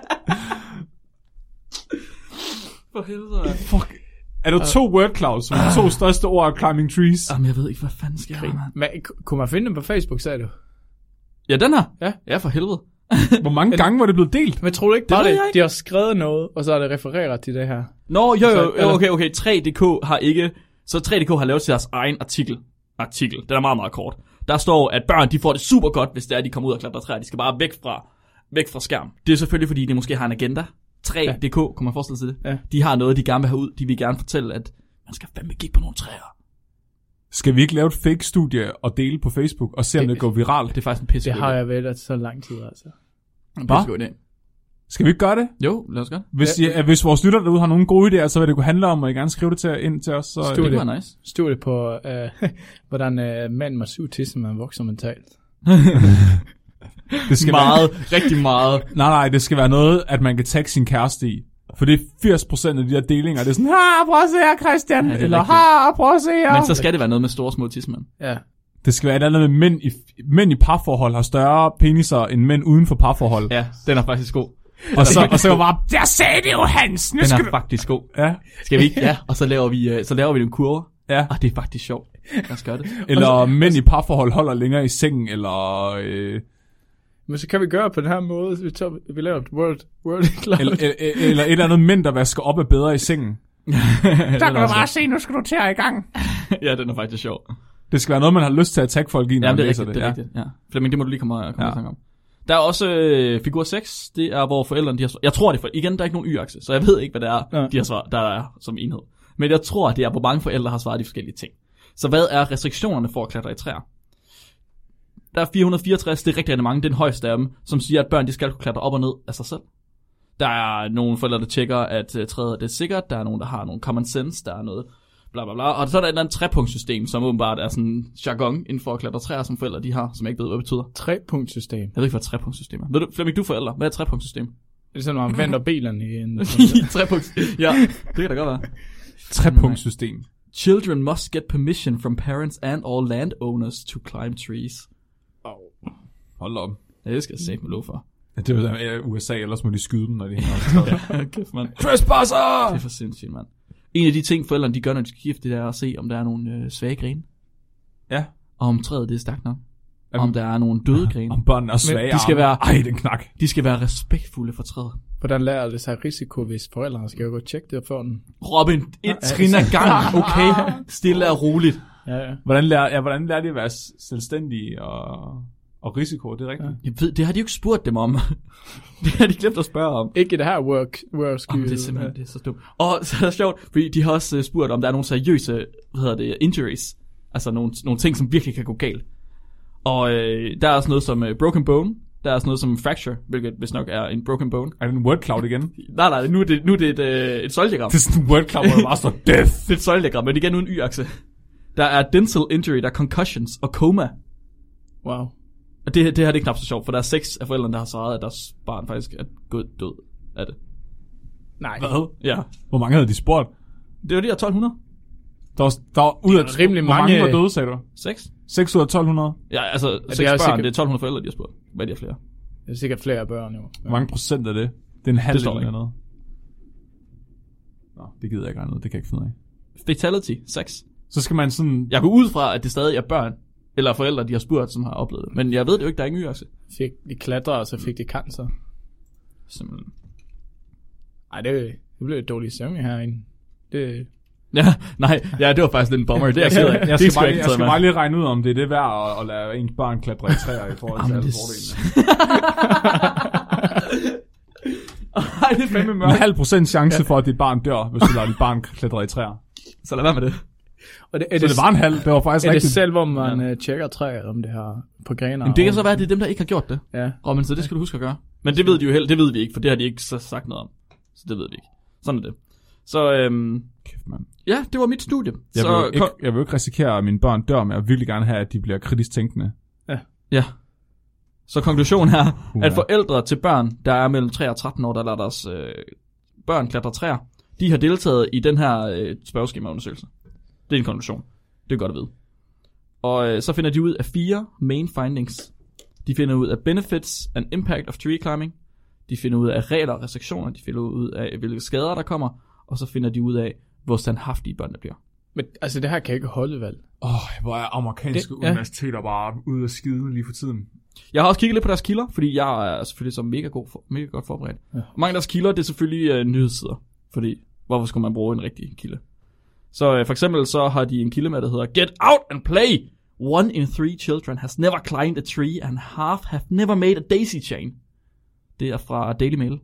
For helvede. Fuck. Er der to word clouds, som er to største ord af climbing trees? Jamen, jeg ved ikke, hvad fanden skal jeg, Men kunne man finde dem på Facebook, sagde du? Ja, den her. Ja, ja for helvede. Hvor mange gange var det blevet delt? Men tror du ikke bare det? De har skrevet noget, og så er det refereret til det her. Nå, jo, jo, jo okay, okay. tre punktum d k har ikke... Så tre punktum d k har lavet deres egen artikel. Artikel. Den er meget, meget kort. Der står, at børn, de får det super godt, hvis det er, at de kommer ud og klatrer træer. De skal bare væk fra, væk fra skærm. Det er selvfølgelig, fordi de måske har en agenda. tre punktum d k, ja. Kan man forestille sig det? Ja. De har noget, de gerne vil have ud. De vil gerne fortælle, at man skal fandme kigge på nogle træer. Skal vi ikke lave et fake-studie og dele på Facebook, og se, om det, det går viralt? Det er faktisk en pisse. Det har jeg været så lang tid, altså. Hvad? Skal vi ikke gøre det? Jo, lad os gøre. Hvis, ja, ja. hvis vores lytter derude har nogle gode idéer, så vil det kunne handle om, og I gerne skrive det til, ind til os. Så Studie. Det var nice. Studie på, uh, hvordan uh, mænd med syv man vokser mentalt. Det skal meget, være... rigtig meget. Nej, nej, det skal være noget, at man kan tagge sin kæreste i. For det er firs procent af de her delinger, det er sådan, ha, prøv at se her, Christian, ja, eller ha, prøv at se her. Men så skal det være noget med store små tidsmænd. Ja. Det skal være et andet med mænd i, mænd i parforhold har større peniser end mænd uden for parforhold. Ja, den er faktisk god. Og så, og så var bare, der sagde det jo, Hans! Nu den er du... faktisk god. Ja. Skal vi ikke? Ja, og så laver vi, så laver vi en kurve. Ja. Og det er faktisk sjovt. Lad os gøre det. Eller så, mænd i parforhold holder længere i sengen, eller... Øh... Men så kan vi gøre på den her måde, vi, tager, vi laver et word, word cloud. Eller, eller, eller et eller andet mænd, der vasker op er bedre i sengen. Der kan du bare se, nu skal du til at i gang. Ja, den er faktisk sjov. Det skal være noget, man har lyst til at tagge folk i, når ja, man det er læser rigtigt, det. det er rigtigt, ja. Flemming, det må du lige komme, komme ja. om. Der er også øh, figur seks, det er, hvor forældrene, de har, jeg tror det for, igen, der er ikke nogen y-akse, så jeg ved ikke, hvad det er, ja. de har svar, der er som enhed. Men jeg tror, det er, hvor mange forældre har svaret de forskellige ting. Så hvad er restriktionerne for at klatre i træer? Der er fire hundrede og fireogtres, det er rigtig, rigtig mange, den højeste af dem, som siger, at børn de skal kunne klatre op og ned af sig selv. Der er nogle forældre, der tjekker, at uh, træet det er sikkert. Der er nogen, der har nogle common sense. Der er noget bla bla bla. Og så er der et eller andet trepunktssystem, som åbenbart er sådan jargon inden for at klatre træer, som forældre de har, som jeg ikke ved, hvad det betyder. Trepunktssystem. Jeg ved ikke, hvad trepunktssystem er. Ved du, Flemming, du forældre, hvad er trepunktssystem? Det er sådan, når man venter bilerne i en... Trepunkts. Ja, det kan da godt være. Trepunktssystem. Children must get permission from parents and all landowners to climb trees. Oh. Hold op. Ja, det skal jeg sætte med lov for. Ja, det er U S A, ellers må de skyde dem, når de hænger. Kæft, mand. Trespasser! Det er for sindssygt, mand. En af de ting, forældrene de gør, når de skal gifte, det er at se, om der er nogle øh, svage grene. Ja. Og om træet det er stærkt nok. Og om der er nogle døde grene. Om børnene er svage de skal være, Ej, den knak. De skal være respektfulde for træet. Hvordan lærer det sig risiko, hvis forældrene skal jo gå og tjekke det for den? Robin, et ja, trin ad gangen, okay? Stille og roligt. Ja, ja. Hvordan lærer, ja, hvordan lærer de at være selvstændige og, og risiko, det er rigtigt? Ja. Jeg ved, det har de jo ikke spurgt dem om. Det har de glemt at spørge om. Ikke det her work, work oh, det er simpelthen det er så dumt. Og så er det sjovt, fordi de har også spurgt, om der er nogle seriøse, hvad hedder det, injuries. Altså nogle, nogle ting, som virkelig kan gå galt. Og øh, der er også noget som uh, broken bone. Der er også noget som fracture, hvilket vist nok er en broken bone. Er det en word cloud igen? Nej, nej, nu er det, nu er det et, øh, et søjlediagram. Det er sådan en word cloud, hvor der bare står death. Det er et søjlediagram, men igen uden y-akse. Der er dental injury, der er concussions og coma. Wow. Og det, det her det er knap så sjovt, for der er seks af forældrene, der har svaret, at deres barn faktisk er gået død af det. Nej. Hvad? Ja. Hvor mange havde de spurgt? Det var de her tolv hundrede. Der var, der var ud af rimelig hvor mange... mange var døde, sagde du? Seks? seks ud af tolv hundrede? Ja, altså ja, seks det er børn, sikkert... det er tolv hundrede forældre, de har spurgt. Hvad er de flere? Det er sikkert flere børn, jo. Ja. Hvor mange procent af det? Det er en halv Det står eller noget. Nå, det gider jeg ikke regne ud, det kan jeg ikke finde af. Fatality, seks. Så skal man sådan... Jeg går ud fra, at det stadig er børn, eller forældre, de har spurgt, som har oplevet det. Men jeg ved det jo ikke, der er ingen y-akse. Fik de klatre, og så fik de cancer. Simpelthen. Ej, det, det blev et dårligt søvn herinde. Det... Ja, nej, ja, det var faktisk lidt en bomber. Det er jeg ked af. Jeg Det skal, bare, jeg skal med. bare lige regne ud, om det er det værd at, at lade ens barn klatre i træer i forhold til Jamen, alle det... fordelene. Ej, det er fandme En mørkt. halv procent chance for, at dit barn dør, hvis du lader dit barn klatre i træer. Så lad være med det. Og det, er Så det var en halv, det var faktisk er det rigtigt. selv, hvor man ja. uh, tjekker træer, om det har på grener? Men det kan så være, at det er dem, der ikke har gjort det. Ja. Robin, så det skal du huske at gøre. Men det ved de jo heller, det ved vi ikke, for det har de ikke så sagt noget om. Så det ved vi ikke. Sådan er det. Så øhm, Kæft, mand. ja, det var mit studie. Jeg, så, vil ikke, jeg vil ikke risikere, at mine børn dør, men jeg vil virkelig gerne have, at de bliver kritisk tænkende. Ja. Så konklusionen er, Uh, at forældre til børn, der er mellem tre og tretten år, der lader deres øh, børn klatre træer, de har deltaget i den her øh, spørgeskemaundersøgelse. Det er en konklusion. Det er godt at vide. Og øh, så finder de ud af fire main findings. De finder ud af benefits and impact of tree climbing. De finder ud af regler og restriktioner. De finder ud af, hvilke skader der kommer. Og så finder de ud af, hvor standhaftige børnene bliver. Men altså, det her kan ikke holde, vel? Åh, oh, hvor er amerikanske Det- ja. universiteter bare ude af skide lige for tiden. Jeg har også kigget lidt på deres kilder, fordi jeg er selvfølgelig så mega, god for, mega godt forberedt. Ja. Og mange af deres kilder, det er selvfølgelig øh, nyhedssider. Fordi, hvorfor skulle man bruge en rigtig kilde? Så øh, for eksempel så har de en kilde med, der hedder Get out and play! One in three children has never climbed a tree, and half have never made a daisy chain. Det er fra Daily Mail.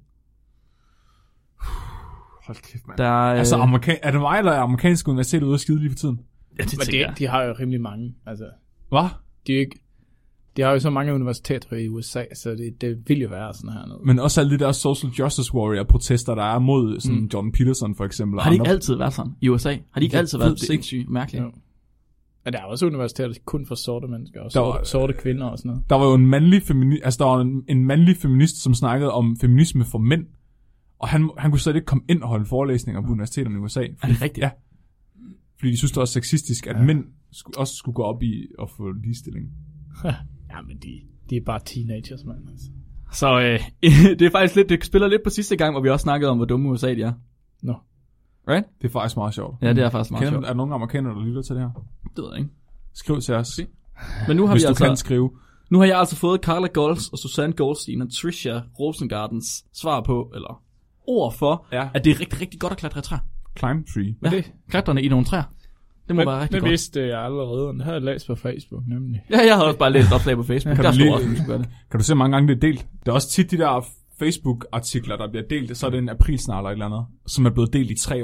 Hold kæft, mand. Der er, øh, Altså, amerika- er det mig, eller er amerikanske universiteter ude af skide lige for tiden? ja, det Men tænker jeg. de, de har jo rimelig mange. Altså, Hvad? de, er jo ikke, de har jo så mange universiteter i U S A, så det, det vil jo være sådan her noget. Men også alle de der social justice warrior protester, der er mod sådan Mm. Jordan Peterson for eksempel. og Har de ikke andre. altid været sådan i U S A? Har de ikke Jeg altid ved været det sindssygt mærkelige? Jo. Men der er også universiteter kun for sorte mennesker, og Der var- sorte, sorte kvinder og sådan noget. Der var jo en mandlig feminist, altså der var en, en mandlig feminist, som snakkede om feminisme for mænd. Og han, han kunne slet ikke komme ind og holde forelæsninger på universiteterne i U S A. Er det rigtigt? Ja. Fordi de synes, det var sexistisk, at ja. mænd skulle, også skulle gå op i at få ligestilling. Ja, men de, de er bare teenagers, mand. Altså. Så øh, det er faktisk lidt, det spiller lidt på sidste gang, hvor vi også snakkede om, hvor dumme U S A de er. Nå. Right? Det er faktisk meget sjovt. Ja, det er faktisk meget Kender, sjovt. er der nogen amerikanere, der lytter til det her? Det ved jeg ikke. Skriv til os, Men nu har hvis vi du altså, kan skrive. nu har jeg altså fået Carla Golds og Susanne Goldstein og Tricia Rosengardens svar på, eller ord for, Ja. at det er rigtig, rigtig godt at klatre i træer. Climb tree. Ja, det- klatrerne i nogle træer. Det må Men, være rigtig men godt. vidste jeg allerede, det havde jeg læst på Facebook, nemlig. Ja, jeg havde også bare læst opslag på Facebook. Kan Der du stod lige- også, at vi skulle gøre det. Kan du se, hvor mange gange det er delt? Det er også tit de der Facebook-artikler, der bliver delt. Så er det en aprilsnar eller et eller andet, som er blevet delt i tre år.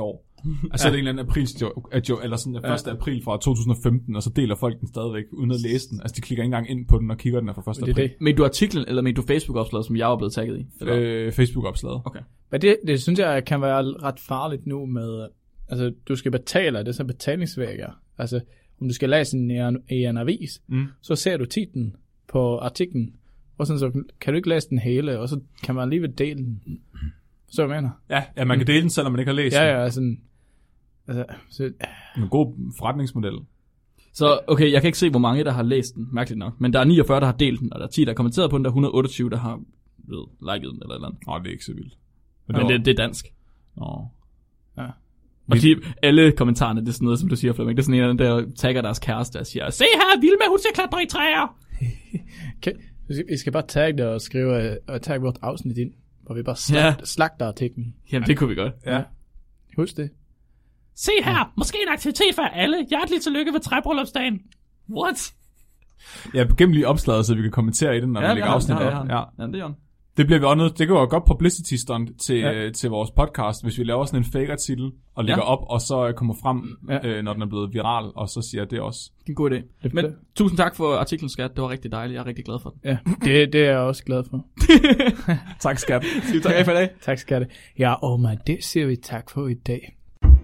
Altså ja. Det er en eller anden apriljoke, jo, eller sådan ja. første april fra to tusind og femten, og så deler folk den stadigvæk, uden at læse den. Altså de klikker ikke engang ind på den, og kigger den er fra første april. Det. Men du artiklen, eller men du Facebook-opslaget, som jeg er blevet tagget i? Øh, Facebook-opslaget. Okay. Men det, det synes jeg kan være ret farligt nu med, altså du skal betale, det er så betalingsvægger. Altså om du skal læse den i en, i en avis, mm. så ser du titlen på artiklen, og sådan, så kan du ikke læse den hele, og så kan man alligevel dele den. Så jeg mener. Ja, ja, man kan dele den, selvom man ikke har læst ja, den. Ja, ja, sådan. Altså, så, en god forretningsmodel. Så, okay, jeg kan ikke se, hvor mange, der har læst den, mærkeligt nok. Men der er niogfyrre, der har delt den, og der er ti, der har kommenteret på den, der er et hundrede og otteogtyve, der har ved, liket den, eller eller andet. Åh, det er ikke så vildt. Men, Men det, det er dansk. Nå. Ja. Og de, alle kommentarerne, det er sådan noget, som du siger, Flemming. Det er sådan en af dem, der tagger deres kæreste og siger, se her, Vilma, hun skal klatre i træer. Okay. Vi skal bare tagge det og skrive, og tagge vores afsnit ind, hvor vi bare slagter, ja. slagter artiklen. Jamen, det kunne vi godt. Ja. Husk det. Se her, ja. Måske en aktivitet for alle. Hjerteligt tillykke ved træbryllupsdagen. What? Ja, gem lige opslaget, så vi kan kommentere i den, når ja, vi lægger afsnit ja, op. Ja, ja. ja, det er Det bliver vi også nødt. Det kan jo godt publicity stunt til, ja. øh, til vores podcast, hvis vi laver sådan en fake artikel og lægger ja. op, og så kommer frem, ja. øh, når den er blevet viral, og så siger det også. Det er en god idé. Men tusind tak for artiklen, skat. Det var rigtig dejligt. Jeg er rigtig glad for den. Ja, det, det er jeg også glad for. Tak, skat. Sig tak for i dag. Tak, skat. Ja, og med det siger vi tak for i dag.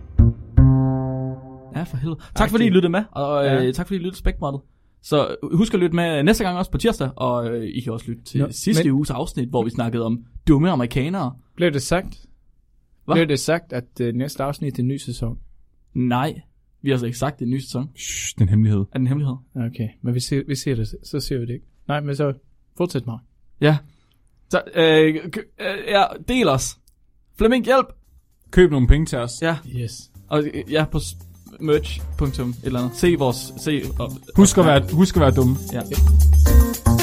Ja, for helvede. Tak okay. fordi I lyttede med, og øh, ja. tak fordi I lyttede Spækbrættet. Så husk at lytte med næste gang også på tirsdag, og øh, I kan også lytte til Nå, sidste men... uges afsnit, hvor vi snakkede om dumme amerikanere. Blev det sagt? Hva? Blev det sagt, at øh, næste afsnit er en ny sæson? Nej, vi har altså ikke sagt, det er en ny sæson. Shh, det er en hemmelighed. Er det en hemmelighed? Okay, men vi ser, vi ser det, så ser vi det ikke. Nej, men så fortsæt mig. Ja. Så, øh, øh, ja, del os. Flemming, hjælp! Køb nogle penge til os. Ja. Yes. Og ja, på merch punktum et eller andet. Se vores... Se, og, husk, at være, husk at være dumme. Ja.